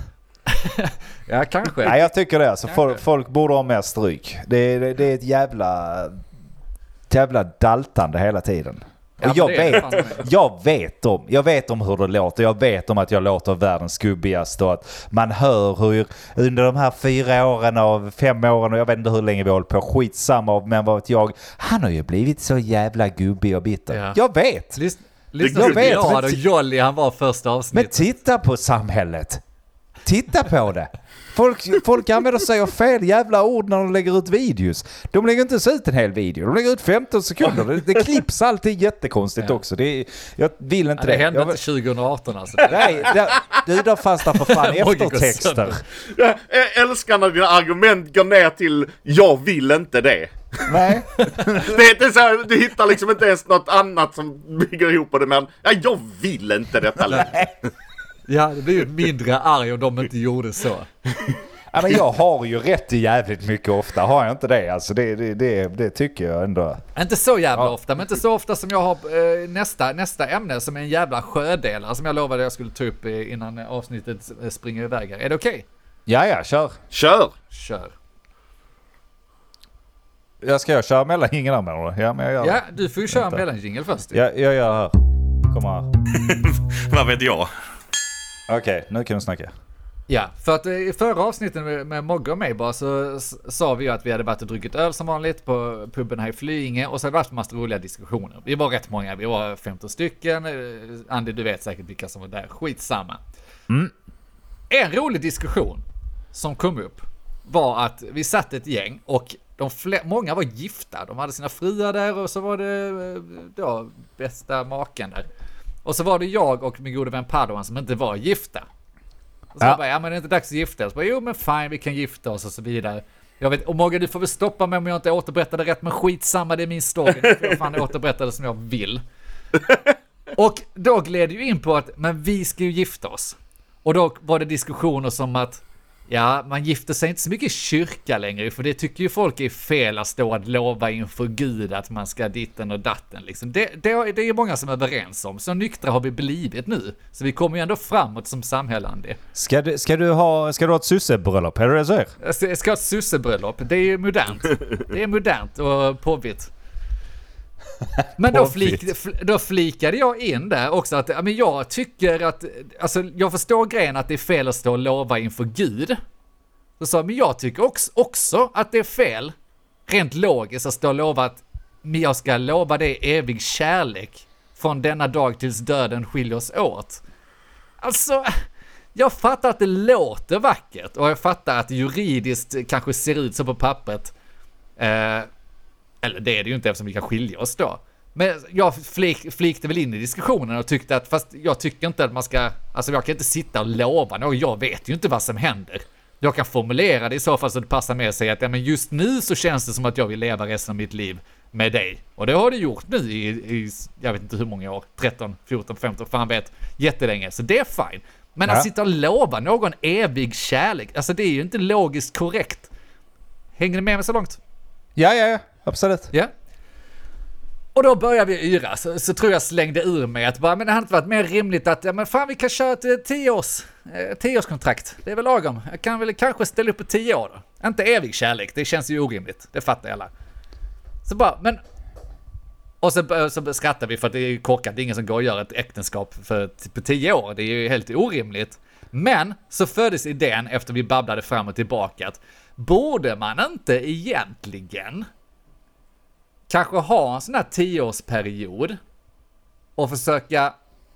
Ja, kanske. Nej, jag tycker det. Alltså, folk, folk borde ha mer stryk. Det, det, det är ett jävla jävla daltande hela tiden. Och ja, jag, vet, jag vet om jag vet om hur det låter. Jag vet om att jag låter världens skubbigaste och att man hör hur under de här fyra åren av fem åren och jag vet inte hur länge vi håller på skitsamma av, men vad vet jag, han har ju blivit så jävla gubbig och bitter. Ja. Jag vet. Lys- Lyssna hur glad och jolly han var första avsnittet. Men titta på samhället. Titta på det. Folk, folk använder sig av fel jävla ord när de lägger ut videos. De lägger inte ut en hel video. De lägger ut femton sekunder. Det, det klipps alltid jättekonstigt ja. också. Det, jag vill inte ja, det. Det hände jag, inte tjugo arton alltså. Nej, du där fanns där för fan eftertexter. Jag älskar när dina argument går ner till jag vill inte det. Nej. Det är inte så, du hittar liksom inte ens något annat som bygger ihop på det, men ja, jag vill inte detta längre. Ja, det blir ju mindre arg om de inte gjorde så. Ja, men jag har ju rätt jävligt mycket ofta, har jag inte det? Alltså det, det, det, det tycker jag ändå. Inte så jävla Ja. ofta, men inte så ofta som jag har eh, nästa, nästa ämne som är en jävla sjödelare som jag lovade jag skulle ta upp eh, innan avsnittet eh, springer iväg här. Är det okej? Okay? Ja, ja, kör. Kör! Kör. Jag ska jag köra mellan jinglarna med det? Ja, men jag gör Ja, det. du får ju köra Vänta. mellanjingel först. Ja, jag gör här. Kom här. Vad vet jag? Okej, okay, nu kan du snacka. Ja, för att i förra avsnittet med, med Mogge och mig bara så s- sa vi ju att vi hade varit och druckit öl som vanligt på puben här i Flyinge och så hade det varit en massa roliga diskussioner. Vi var rätt många, vi var femton stycken. Andy, du vet säkert vilka som var där. Skitsamma. Mm. En rolig diskussion som kom upp var att vi satt ett gäng och de fler, många var gifta. De hade sina fruar där och så var det då bästa maken där. Och så var det jag och min gode vän Padovan som inte var gifta. Och så Ja. jag bara, ja men det är inte dags att gifta oss. Så bara, jo men fine, vi kan gifta oss och så vidare. Jag vet, och Mogge, du får väl stoppa mig om jag inte återberättade rätt, men skitsamma, det är min story. Nu får jag fan återberätta det som jag vill. Och då gled ju in på att, men vi ska ju gifta oss. Och då var det diskussioner som att, ja, man gifter sig inte så mycket i kyrka längre, för det tycker ju folk är fel att stå och lova inför Gud att man ska ditten och datten. Liksom. Det, det, det är många som är överens om. Så nyktra har vi blivit nu. Så vi kommer ju ändå framåt som samhälle, Andy. Ska du, ska du ha, ska du ha ett sussebröllop? Är det det så är? Jag ska ha ett sussebröllop. Det är ju modernt. Det är modernt och påvitt. Men då, flik, då flikade jag in där också att ja, men jag tycker att, alltså jag förstår grejen att det är fel att stå och lova inför Gud. Så sa men jag tycker också, också att det är fel, rent logiskt, att stå och lova att men jag ska lova dig evig kärlek från denna dag tills döden skiljer oss åt. Alltså, jag fattar att det låter vackert och jag fattar att juridiskt kanske ser ut så på pappret. Eh, Eller det är det ju inte eftersom vi kan skilja oss då. Men jag flik, flikte väl in i diskussionen och tyckte att, fast jag tycker inte att man ska, alltså jag kan inte sitta och lova något, jag vet ju inte vad som händer. Jag kan formulera det i så fall så det passar med sig att ja, men just nu så känns det som att jag vill leva resten av mitt liv med dig. Och det har du gjort nu i, i jag vet inte hur många år, tretton, fjorton, femton, fan vet, jättelänge. Så det är fine. Men Ja. att sitta och lova någon evig kärlek, alltså det är ju inte logiskt korrekt. Hänger ni med mig så långt? Ja, ja, ja. Absolut. Ja. Och då börjar vi yra, så, så tror jag slängde ur mig att bara, men det hade inte varit mer rimligt att, ja men fan vi kan köra ett eh, tio års, eh, tioårskontrakt. Det är väl lagom. Jag kan väl kanske ställa upp på tio år då. Inte evig kärlek, det känns ju orimligt. Det fattar alla. Så bara, men... Och så, så skrattar vi för att det är ju korkat. Det är ingen som går och gör ett äktenskap för, på tio år. Det är ju helt orimligt. Men så föddes idén efter vi babblade fram och tillbaka att borde man inte egentligen kanske ha en sån här tioårsperiod och försöka,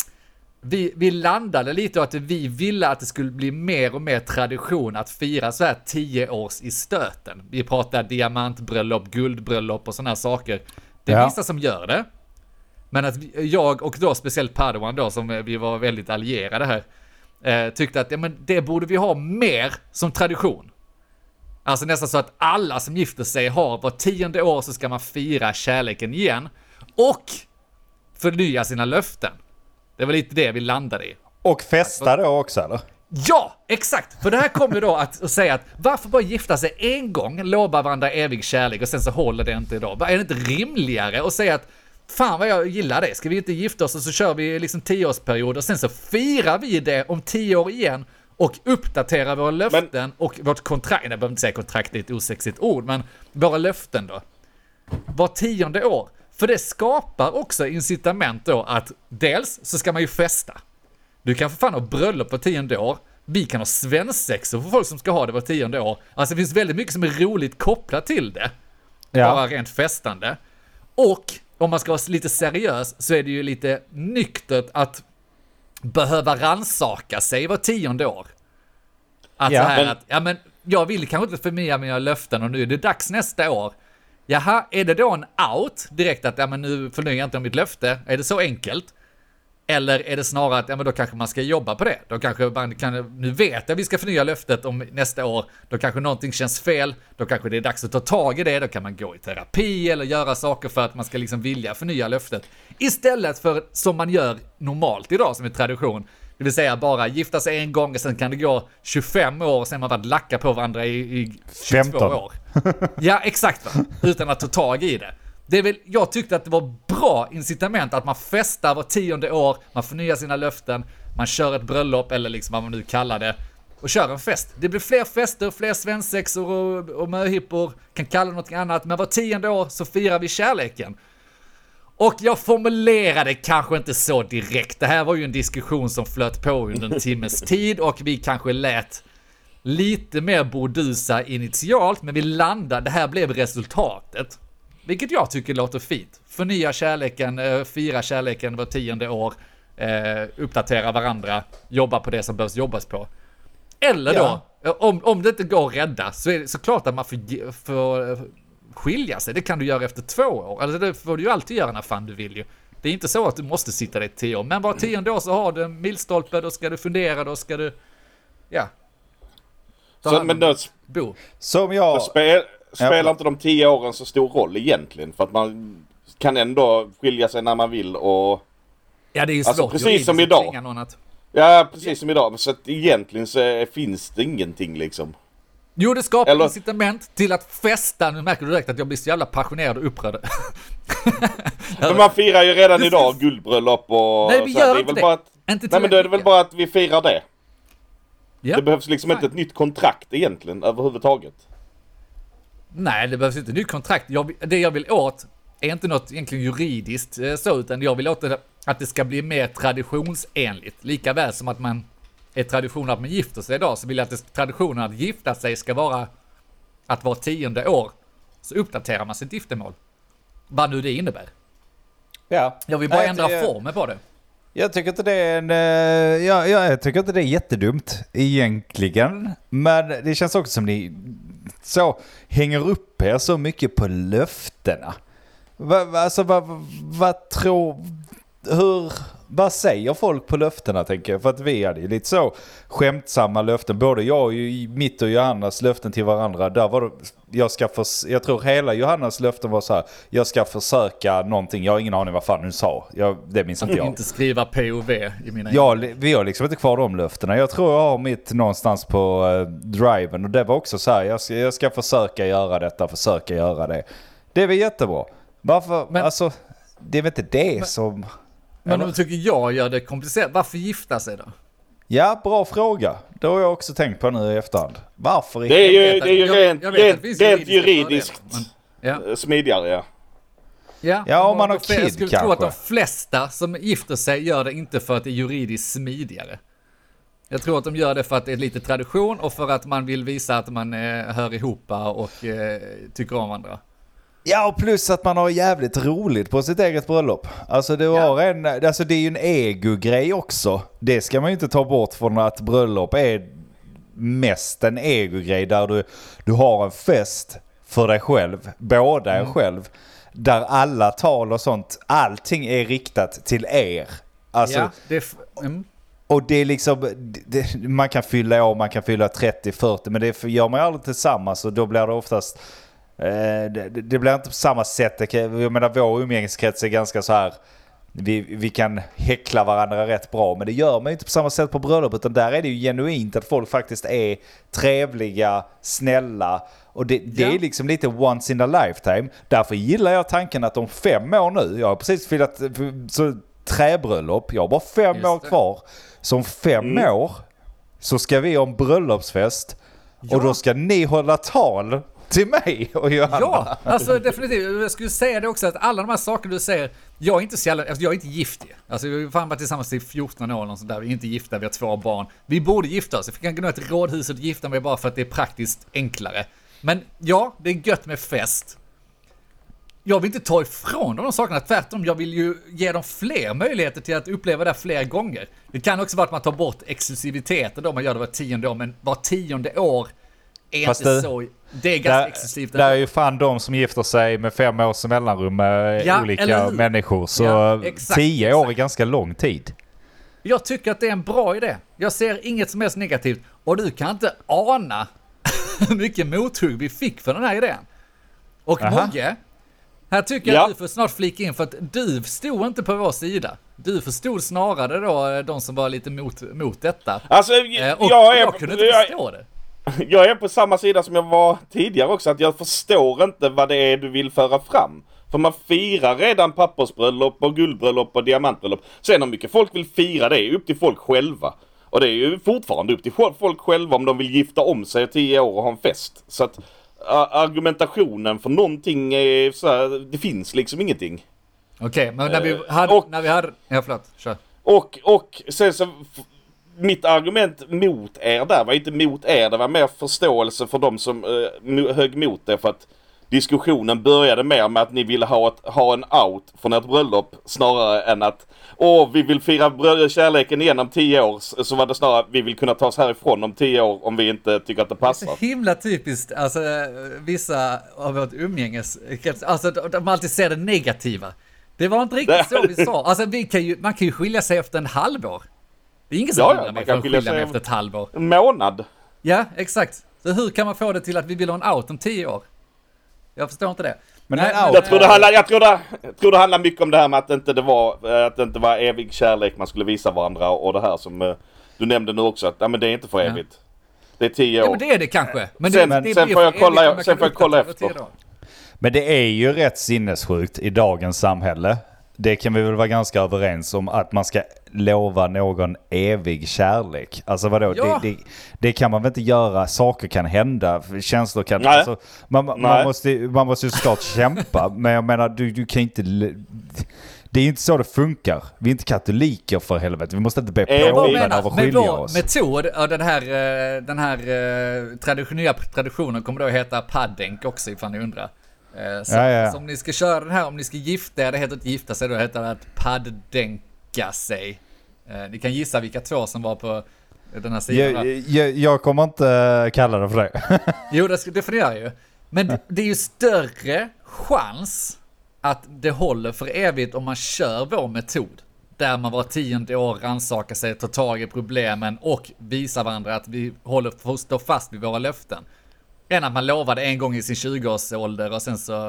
vi, vi landade lite att vi ville att det skulle bli mer och mer tradition att fira så här tio års i stöten. Vi pratar diamantbröllop, guldbröllop och såna här saker. Det är Ja. vissa som gör det. Men att vi, jag och då speciellt Padawan då som vi var väldigt allierade här eh, tyckte att ja, men det borde vi ha mer som tradition. Alltså nästan så att alla som gifter sig har var tionde år så ska man fira kärleken igen och förnya sina löften. Det var lite det vi landade i. Och festa då också, eller? Ja, exakt! För det här kommer då att, att säga att varför bara gifta sig en gång, lova varandra evig kärlek och sen så håller det inte idag. Är det inte rimligare att säga att fan vad jag gillar det, ska vi inte gifta oss och så kör vi liksom tioårsperiod och sen så firar vi det om tio år igen och uppdaterar våra löften men, och vårt kontrakt, jag behöver inte säga kontrakt, det är ett osexigt ord, men våra löften då. Var tionde år. För det skapar också incitament då att dels så ska man ju festa. Du kan för fan ha bröllop var tionde år. Vi kan ha svensexor för folk som ska ha det var tionde år. Alltså det finns väldigt mycket som är roligt kopplat till det. Ja. Bara rent festande. Och om man ska vara lite seriös så är det ju lite nyktert att behöva ransaka sig var tionde år. Att Ja, så här men... att, ja men jag vill kanske inte förnya mina löften och nu är det dags nästa år. Jaha, är det då en out direkt att ja men nu förnyar jag inte mitt löfte? Är det så enkelt? Eller är det snarare att ja men då kanske man ska jobba på det? Då kanske man kan, nu vet jag att vi ska förnya löftet om nästa år. Då kanske någonting känns fel. Då kanske det är dags att ta tag i det. Då kan man gå i terapi eller göra saker för att man ska liksom vilja förnya löftet. Istället för som man gör normalt idag som är tradition. Det vill säga bara gifta sig en gång och sen kan det gå tjugofem år och sen har man varit lacka på varandra i, i tjugotvå femton år. Ja, exakt va? Utan att ta tag i det. Det är väl, jag tyckte att det var bra incitament att man festar var tionde år, man förnyar sina löften, man kör ett bröllop eller liksom vad man nu kallar det och kör en fest. Det blir fler fester, fler svensexor och, och möhippor, kan kalla det något annat, men var tionde år så firar vi kärleken. Och jag formulerade kanske inte så direkt. Det här var ju en diskussion som flöt på under en timmes tid och vi kanske lät lite mer bordusa initialt, men vi landade, det här blev resultatet. Vilket jag tycker låter fint. Förnya kärleken, fira kärleken var tionde år, uppdatera varandra, jobba på det som behövs jobbas på. Eller då, ja. om, om det inte går att rädda så är det såklart att man får, får skilja sig. Det kan du göra efter två år. Alltså det får du ju alltid göra när fan du vill ju. Det är inte så att du måste sitta där i tio år. Men var tionde år så har du en milstolpe, då ska du fundera, då ska du, ja. Så, men då, bo. Som jag... Spel, spelar ja. inte de tio åren så stor roll egentligen? För att man kan ändå skilja sig när man vill och... Ja, det är ju alltså, svårt. precis som idag. Någon att... Ja, precis ja. som idag. Så att egentligen så finns det ingenting liksom. Jo, det skapar Eller... incitament till att festa. Nu märker du direkt att jag blir så jävla passionerad och upprörd. Men man firar ju redan idag guldbröllop och... Nej, vi så gör det är inte väl det. Bara att... Inte Nej, men det är väl bara att vi firar det. Ja. Det behövs liksom Fine. inte ett nytt kontrakt egentligen överhuvudtaget. Nej, det behövs inte ett nytt kontrakt. Jag, det jag vill åt är inte något egentligen juridiskt så, utan jag vill åt det, att det ska bli mer traditionsenligt. Lika väl som att man är tradition att man gifter sig idag, så vill jag att det, traditionen att gifta sig ska vara att var tionde år så uppdaterar man sitt giftermål. Vad nu det innebär. Ja. Jag vill bara Nej, ändra det... formen på det. Jag tycker inte det är en... Ja, jag tycker inte det är jättedumt egentligen. Men det känns också som ni så hänger upp er så mycket på löftena. Va, va, alltså vad va, va, tror... Hur... Vad säger folk på löftena, tänker jag? För att vi hade ju lite så skämtsamma löften. Både jag och mitt och Johannas löften till varandra. Där var det, jag, ska förs- jag tror hela Johannas löften var så här: jag ska försöka någonting. Jag har ingen aning vad fan hon sa. Jag, det minns inte jag. Inte skriva P O V i mina... Ja, vi har liksom inte kvar de löftena. Jag tror jag har mitt någonstans på uh, driven. Och det var också så här: jag ska, jag ska försöka göra detta, försöka göra det. Det är väl jättebra. Varför? Men, alltså, det är väl inte det men, som... Men om du tycker jag gör det komplicerat, varför gifta sig då? Ja, bra fråga. Det har jag också tänkt på nu i efterhand. Varför? Det är ju, det är ju jag, rent, jag rent, juridiska rent juridiskt men, ja. smidigare, ja. Ja, ja, om man har kid Jag skulle kanske. tro att de flesta som gifter sig gör det inte för att det är juridiskt smidigare. Jag tror att de gör det för att det är lite tradition och för att man vill visa att man eh, hör ihop och eh, tycker om varandra. Ja, och plus att man har jävligt roligt på sitt eget bröllop. Alltså det, var ja. en, alltså det är ju en ego-grej också. Det ska man ju inte ta bort från att bröllop är mest en ego-grej där du, du har en fest för dig själv, båda är mm. själv. Där alla tal och sånt, allting är riktat till er. Alltså, ja, det är f- mm. Och det är liksom, det, man kan fylla år, man kan fylla trettio fyrtio, men det gör man ju aldrig tillsammans och då blir det oftast... Det, det, det blir inte på samma sätt. Jag menar, vår umgängeskrets är ganska så här, vi, vi kan häckla varandra rätt bra, men det gör man ju inte på samma sätt på bröllop, utan där är det ju genuint att folk faktiskt är trevliga, snälla, och det, det ja. är liksom lite once in a lifetime. Därför gillar jag tanken att om fem år nu, jag har precis firat så träbröllop, jag har bara fem Just år det. kvar, som fem mm. år så ska vi ha en bröllopsfest ja. och då ska ni hålla tal till mig och Johanna. Ja, alltså definitivt. Jag skulle säga det också att alla de här saker du säger, jag är inte så jävla, alltså jag är inte gift. Alltså vi har fan varit tillsammans i fjorton år och sånt där. Vi är inte gifta, vi har två barn. Vi borde gifta oss. Vi kan gå ner till rådhuset och gifta mig bara för att det är praktiskt enklare. Men ja, det är gött med fest. Jag vill inte ta ifrån de sakerna, tvärtom. Jag vill ju ge dem fler möjligheter till att uppleva det fler gånger. Det kan också vara att man tar bort exklusiviteten då man gör det var tionde år, men var tionde år är Fast inte det, så... Det är ganska där, exklusivt. Det är ju fan de som gifter sig med fem års mellanrum med ja, olika människor. Så ja, exakt, tio år exakt. är ganska lång tid. Jag tycker att det är en bra idé. Jag ser inget som helst negativt. Och du kan inte ana hur mycket mothugg vi fick för den här idén. Och Aha. Mogge, Här tycker jag Ja. att du får snart flika in, för att du stod inte på vår sida. Du förstod snarare då de som var lite mot, mot detta. Alltså, Eh, och jag, är, jag kunde inte jag, förstå det. jag är på samma sida som jag var tidigare också. Att jag förstår inte vad det är du vill föra fram. För man firar redan pappersbröllop och guldbröllop och diamantbröllop. Sen hur mycket folk vill fira, det är upp till folk själva. Och det är ju fortfarande upp till folk själva om de vill gifta om sig i tio år och ha en fest. Så att argumentationen för någonting är så här, det finns liksom ingenting. Okej, okay, men när vi hade... och, när vi hade ja, förlåt, kör. Och, och sen så... Mitt argument mot er där var inte mot er, det var mer förståelse för de som eh, högg mot det, för att diskussionen började mer med att ni ville ha, ett, ha en out från ett bröllop snarare än att åh, vi vill fira bröll- kärleken igen om tio år, så var det snarare vi vill kunna ta oss härifrån om tio år om vi inte tycker att det passar. Det är så himla typiskt, alltså vissa av vårt umgänges, alltså de alltid ser det negativa. Det var inte riktigt så vi sa, alltså vi kan ju, man kan ju skilja sig efter en halvår. Det är ingen som ja, hindrar ja, mig från att skilja mig efter ett halvår. En månad. Ja, exakt. Så hur kan man få det till att vi vill ha en out om tio år? Jag förstår inte det. Men Nej, en out, Jag tror det handlar, jag tror det, jag tror det handlar mycket om det här med att inte det var att det inte var evig kärlek man skulle visa varandra, och det här som uh, du nämnde nu också, att ja, men det är inte för evigt. Ja. Det är tio år. Ja, men det är det kanske. Men sen det, det sen får jag kolla, evigt, sen får jag kolla efter. Men det är ju rätt sinnessjukt i dagens samhälle. Det kan vi väl vara ganska överens om, att man ska lova någon evig kärlek. Alltså vadå? Ja. Det, det, det kan man väl inte göra. Saker kan hända. Känslor kan... Nej. Alltså, man, man, Nej. måste, man måste ju såklart kämpa. Men jag menar, du, du kan inte... Det är inte så det funkar. Vi är inte katoliker för helvete. Vi måste inte bli påminna av att skilja vår oss. metod, och den här, den här traditionella traditionen kommer då att heta paddenk också, ifall ni undrar. Så, ja, ja. så om ni ska köra den här, om ni ska gifta er, det heter inte gifta sig, då heter det att paddenka sig. Ni kan gissa vilka två som var på den här sidan. Jag, jag, jag kommer inte kalla det för det. Jo, det, det får ni göra ju. Men det, det är ju större chans att det håller för evigt om man kör vår metod. Där man var tionde år rannsakar sig, tar tag i problemen och visar varandra att vi håller står fast vid våra löften. Än att man lovade en gång i sin tjugo-årsålder och sen så eh,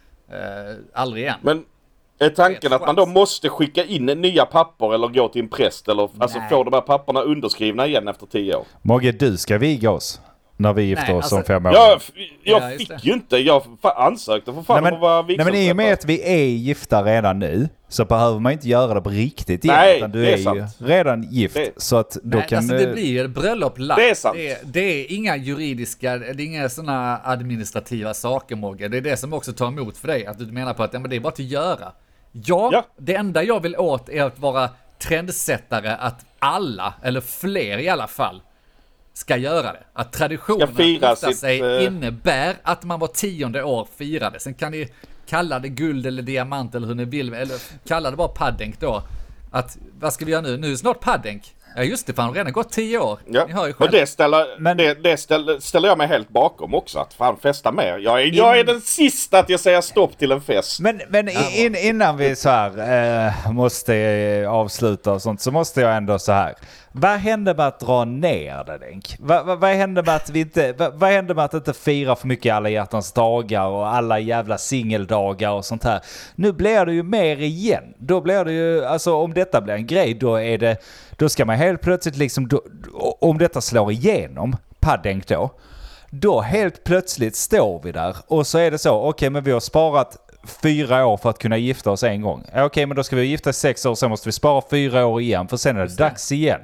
aldrig igen. Men är tanken att man då måste skicka in nya papper eller gå till en präst eller alltså få de här papperna underskrivna igen efter tio år? Mogge, du ska viga oss när vi gifter Nej, oss alltså, om fem år. Jag, jag Ja, just fick det. ju inte, jag ansökte för fan Nej, men, om att vara nej, men i och med att vi är gifta redan nu så behöver man inte göra det på riktigt igen. Nej, utan du det är är, ju sant. redan gift. Det- så att då Nej, kan... alltså det blir ju ett bröllop live. Det är sant. Det är, det är inga juridiska, det är inga sådana administrativa saker, Mogge. Det är det som också tar emot för dig. Att du menar på att ja, men det är bara att göra. Ja, Ja. det enda jag vill åt är att vara trendsättare, att alla, eller fler i alla fall, ska göra det. Att traditionen Ska fira att gifta sitt, sig eh, innebär att man var tionde år firade. Sen kan ni kalla det guld eller diamant eller hur ni vill, eller kalla det bara paddenk då. Att, vad ska vi göra nu? Nu är det snart paddenk. Ja just det, fan, har redan gått tio år. Ja, Ni hör ju och själv. det, ställer, Men- det, det ställer, ställer jag mig helt bakom också. Att fan festa mer. Jag är, jag är den sista att jag säger stopp till en fest. Men, men in, innan vi så här eh, måste eh, avsluta och sånt så måste jag ändå så här. Vad hände med att dra ner det, Denk? Vad, vad, vad hände med att vi inte, vad, vad hände med att inte fira för mycket alla hjärtans dagar och alla jävla singeldagar och sånt här? Nu blir det ju mer igen. Då blir det ju, alltså om detta blir en grej, då är det, då ska man helt plötsligt liksom, då, om detta slår igenom, paddenk då, då helt plötsligt står vi där och så är det så, okej okay, men vi har sparat fyra år för att kunna gifta oss en gång. Okej, okay, men då ska vi gifta oss sex år, sen måste vi spara fyra år igen för sen är det dags igen.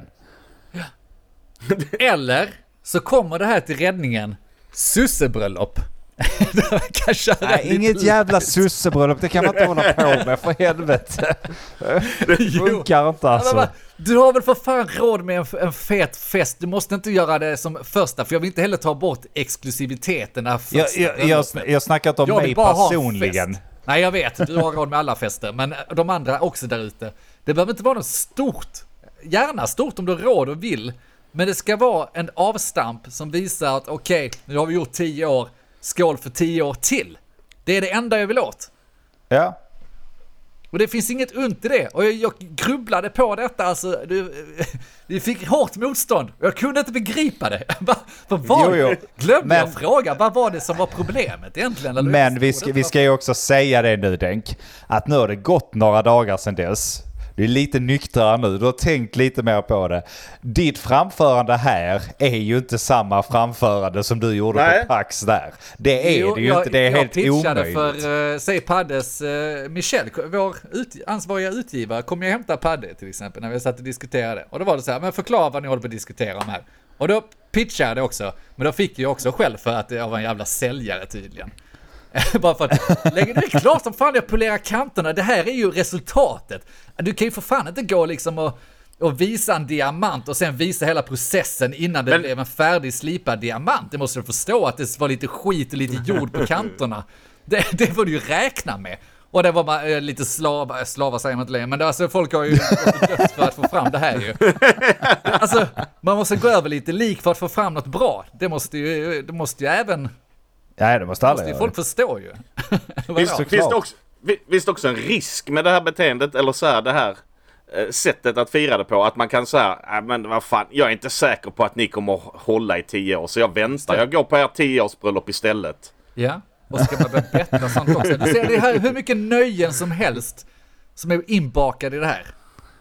Eller så kommer det här till räddningen, sussebröllop. kan köra Nej, lite inget ut. jävla sussebröllop, det kan man inte hålla på med för helvete. Det funkar inte alltså. Men, du har väl för fan råd med en, en fet fest. Du måste inte göra det som första, för jag vill inte heller ta bort exklusiviteten av första Jag, jag, jag, jag snackar inte om Jag vill mig bara ha en personligen. fest. Nej, jag vet, du har råd med alla fester, men de andra också där ute. Det behöver inte vara något stort. Gärna stort om du har råd och vill, men det ska vara en avstamp som visar att okej, okay, nu har vi gjort tio år, skål för tio år till. Det är det enda jag vill åt. Ja. Och det finns inget ont i det. Och jag, jag grubblade på detta. Alltså, du, vi fick hårt motstånd. Jag kunde inte begripa det. Vad var Jo, jo. det? Glömde Men- jag fråga. Vad var det som var problemet egentligen? Eller Men vi ska, vi ska ju också säga det nu, Denk. Att nu har det gått några dagar sedan dess. Du är lite nyktrare nu. Du har tänkt lite mer på det. Ditt framförande här är ju inte samma framförande som du gjorde Nej. på Pax där. Det är Jo, det ju jag, inte. Det är jag helt pitchade omöjligt. för, uh, säg Paddes, uh, Michel, vår ut, ansvariga utgivare, kommer jag hämta Padde till exempel när vi satt och diskuterade. Och då var det så här, men förklara vad ni håller på att diskutera om här. Och då pitchade jag det också, men då fick jag också själv för att jag var en jävla säljare tydligen. Bara för att, lägger det är klart som fan jag polerar kanterna, det här är ju resultatet. Du kan ju för fan inte gå liksom och, och visa en diamant och sen visa hela processen innan det Men- blev en färdig slipad diamant. Det måste du förstå att det var lite skit och lite jord på kanterna. Det, det får du ju räkna med. Och det var man, eh, lite slavar, slavar säger man inte längre, men det, alltså, folk har ju gått dött för att få fram det här ju. Alltså, man måste gå över lite lik för att få fram något bra. Det måste ju, det måste ju även, Nej, det måste alla måste ju göra. folk förstå ju. Finns, såklart. finns, det också, vi- finns det också en risk med det här beteendet, eller så här det här eh, sättet att fira det på, att man kan säga, äh, men vad fan, jag är inte säker på att ni kommer att hålla i tio år, så jag väntar, jag går på er tioårsbröllop istället. Ja, och ska man börja betta sånt också. Du ser, det är här hur mycket nöjen som helst som är inbakade i det här.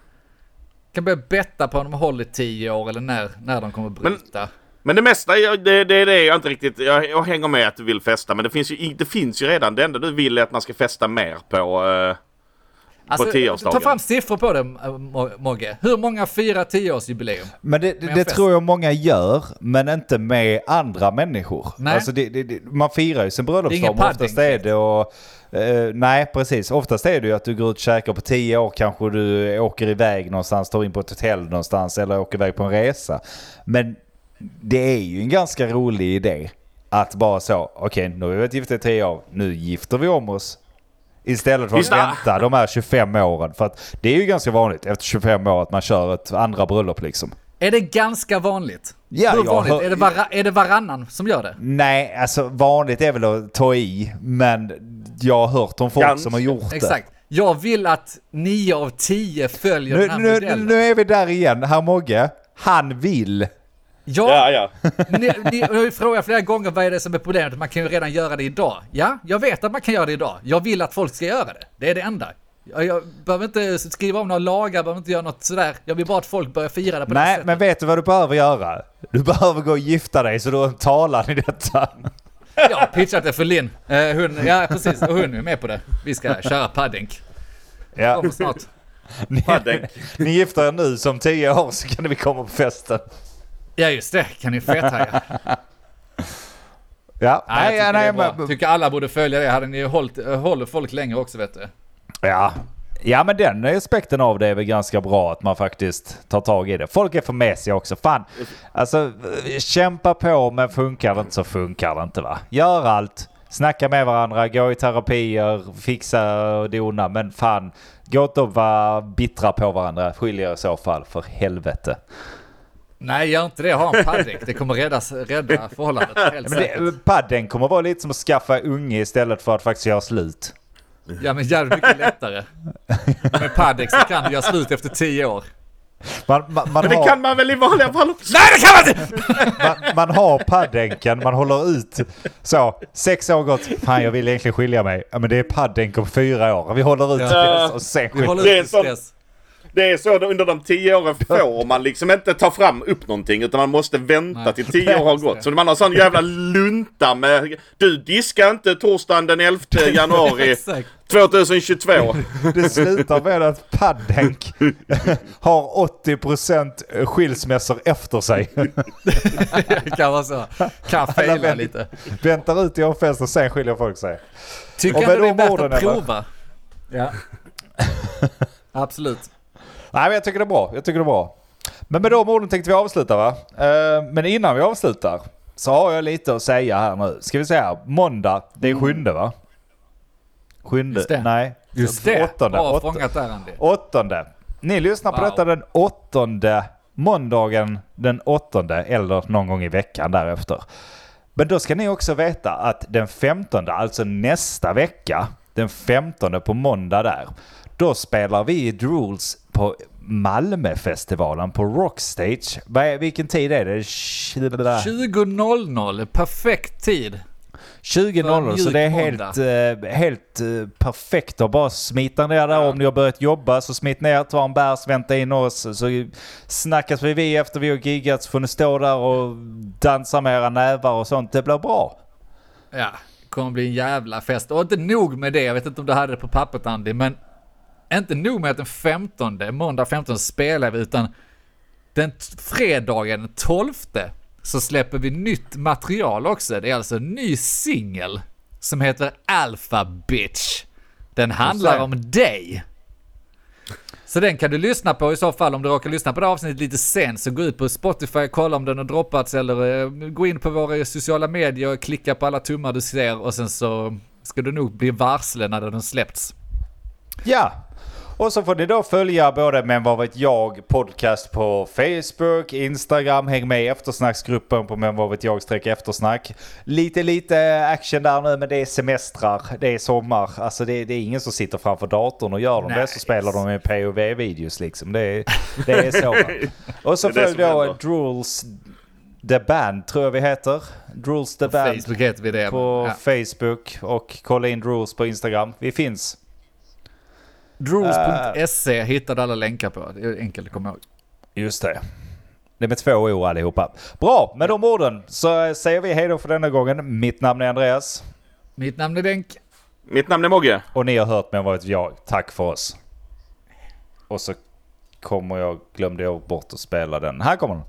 Kan börja betta på om de håller tio år eller när, när de kommer bryta. Men det mesta, jag- det, det är det jag inte riktigt, jag, jag hänger med att du vill festa, men det finns ju, i- det finns ju redan, det enda du vill är att man ska festa mer på, eh, Alltså, tioårsdagen. ta fram siffror på det, Mo- Mogge. Hur många firar tioårsjubileum? Men det, det, Med en det fest. tror jag många gör, men inte med andra människor. Nej. Alltså det, det, det, man firar ju sin Det är ingen bröllopsdag, men oftast padding, är det och, eh, nej, precis. Oftast är det ju att du går ut och käkar på tio år, kanske du åker iväg någonstans, tar in på ett hotell någonstans eller åker iväg på en resa. Men det är ju en ganska rolig idé att bara så, okej, okay, nu har vi varit gifta i tio år, nu gifter vi om oss. Istället för att Visst, ah. vänta de här tjugofem åren. För att det är ju ganska vanligt efter tjugofem år att man kör ett andra bröllop liksom. Är det ganska vanligt? Ja, Hur jag vanligt? hör- Är, det vara, är det varannan som gör det? Nej, alltså vanligt är väl att ta i, men jag har hört om folk Ganska. som har gjort det. Exakt. Jag vill att nio av tio följer Nu, den här nu, modellen. nu är vi där igen. Herr Mogge, han vill. Ja, ja, ja. ni, ni, jag har ju frågat flera gånger vad är det som är problemet. Man kan ju redan göra det idag. Ja, jag vet att man kan göra det idag. Jag vill att folk ska göra det. Det är det enda. Jag, jag behöver inte skriva om några lagar, behöver inte göra något sådär. Jag vill bara att folk börjar fira det på det Nej, sättet. men vet du vad du behöver göra? Du behöver gå och gifta dig så du har talan i detta. Jag har pitchat det för Linn. Eh, hon, ja, precis. Och hon är med på det. Vi ska köra paddink. Ja. Kommer snart. Ni, Padding. ni gifter er nu som tio år så kan vi komma på festen. Ja, just det. Kan ni fethaja? Ja, Nej, jag tycker, nej, det är bra. men, tycker alla borde följa det. Hade ni hållit, håller folk längre också, vet du. ja. Ja, men den aspekten av det är väl ganska bra att man faktiskt tar tag i det. Folk är för mesiga också. Fan, alltså kämpa på, men funkar det inte så funkar det inte, va? Gör allt. Snacka med varandra, gå i terapier, fixa och dona. Men fan, gå inte och vara bittra på varandra. Skiljer i så fall, för helvete. Nej, gör inte det. Ha en padding. Det kommer räddas, rädda förhållandet. Helt Men säkert. det, padden kommer vara lite som att skaffa unge istället för att faktiskt göra slut. Ja, men jävligt mycket lättare. Med padding så kan du göra slut efter tio år. Man, man, man, Men det har, kan man väl i vanliga fall också? Nej, det kan man inte! man, man har paddenken, man håller ut. Så, sex år gått. Fan, jag vill egentligen skilja mig. Ja, men det är paddenk om fyra år. Vi håller ut Ja. tills och sen Vi skiljer. håller Det är ut sån- stress. Det är så under de tio åren får man liksom inte ta fram upp någonting, utan man måste vänta Nej. till tio år har gått. Så man har sån jävla lunta med, du diskar inte torsdagen den elfte januari Exakt. tjugohundratjugotvå. Det slutar med att paddenk har åttio procent skilsmässor efter sig. Det kan vara så. Kan fejla lite. Väntar ut i en fest och sen skiljer folk sig. Tycker Och inte med det är de värt orden, att eller? prova? Ja. Absolut. Nej, men jag tycker det är bra. Jag tycker det är bra. Men med de orden tänkte vi avsluta, va? Eh, Men innan vi avslutar så har jag lite att säga här nu. Ska vi säga måndag, det är sjunde, va? Sjunde? Just det. Nej. Just det. Åttonde. Bra Åtta- fångat där, Andy. Åttonde. Ni lyssnar på Wow. detta den åttonde, måndagen den åttonde eller någon gång i veckan därefter. Men då ska ni också veta att den femtonde, alltså nästa vecka, den femtonde på måndag där, Då spelar vi i Drools på Malmöfestivalen på Rockstage. Vilken tid är det? tjugo noll noll, perfekt tid. tjugo noll noll, så det är helt, helt perfekt att bara smita ner där. Ja. Om ni har börjat jobba så smit ner, ta en bärs, vänta in oss. Så snackas vi, vi efter vi har giggat, så får ni stå där och dansa med era nävar och sånt. Det blir bra. Ja, det kommer bli en jävla fest. Och inte nog med det, jag vet inte om du hade det på pappret Andy, men inte nog med att den femtonde, måndag femtonde spelar vi, utan den fredagen den tolfte så släpper vi nytt material också. Det är alltså en ny singel som heter Alpha Bitch. Den handlar om dig. Så den kan du lyssna på i så fall. Om du råkar lyssna på det avsnittet lite sen, så gå ut på Spotify, kolla om den har droppats, eller uh, gå in på våra sociala medier och klicka på alla tummar du ser, och sen så ska du nog bli varsle när den har släppts. Ja. Och så får ni då följa både Men vad vet jag podcast på Facebook, Instagram, häng med i eftersnacksgruppen på Men vad vet jag streck eftersnack. Lite lite action där nu, men det är semestrar, det är sommar. Alltså det, det är ingen som sitter framför datorn och gör de det, så spelar de med P O V-videos liksom. Det är, det är så. Och så följ då Drools The Band, tror jag vi heter. Drools The Band Facebook heter vi det. på Ja. Facebook, och kolla in Drools på Instagram. Vi finns. Drools punkt se hittar du alla länkar på. Det är enkelt att komma ihåg. Just det. Det är med två ord allihopa. Bra, med de orden så säger vi hej då för denna gången. Mitt namn är Andreas. Mitt namn är Denk. Mitt namn är Mogge. Och ni har hört med vad vet jag. Tack för oss. Och så kommer jag, glömde jag bort att spela den. Här kommer den.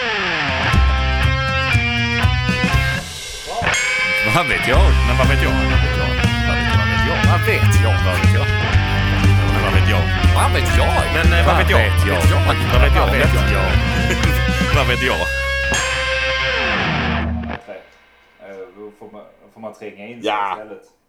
Vad vet jag? Men vad vet jag? Vad vet jag? Vad vet jag? Vad vet jag? Vad vet jag? Vad vet jag? Men vad vet jag? Vad vet jag? Vad vet jag? Vad vet jag? Får man, får man tränga in ja. istället?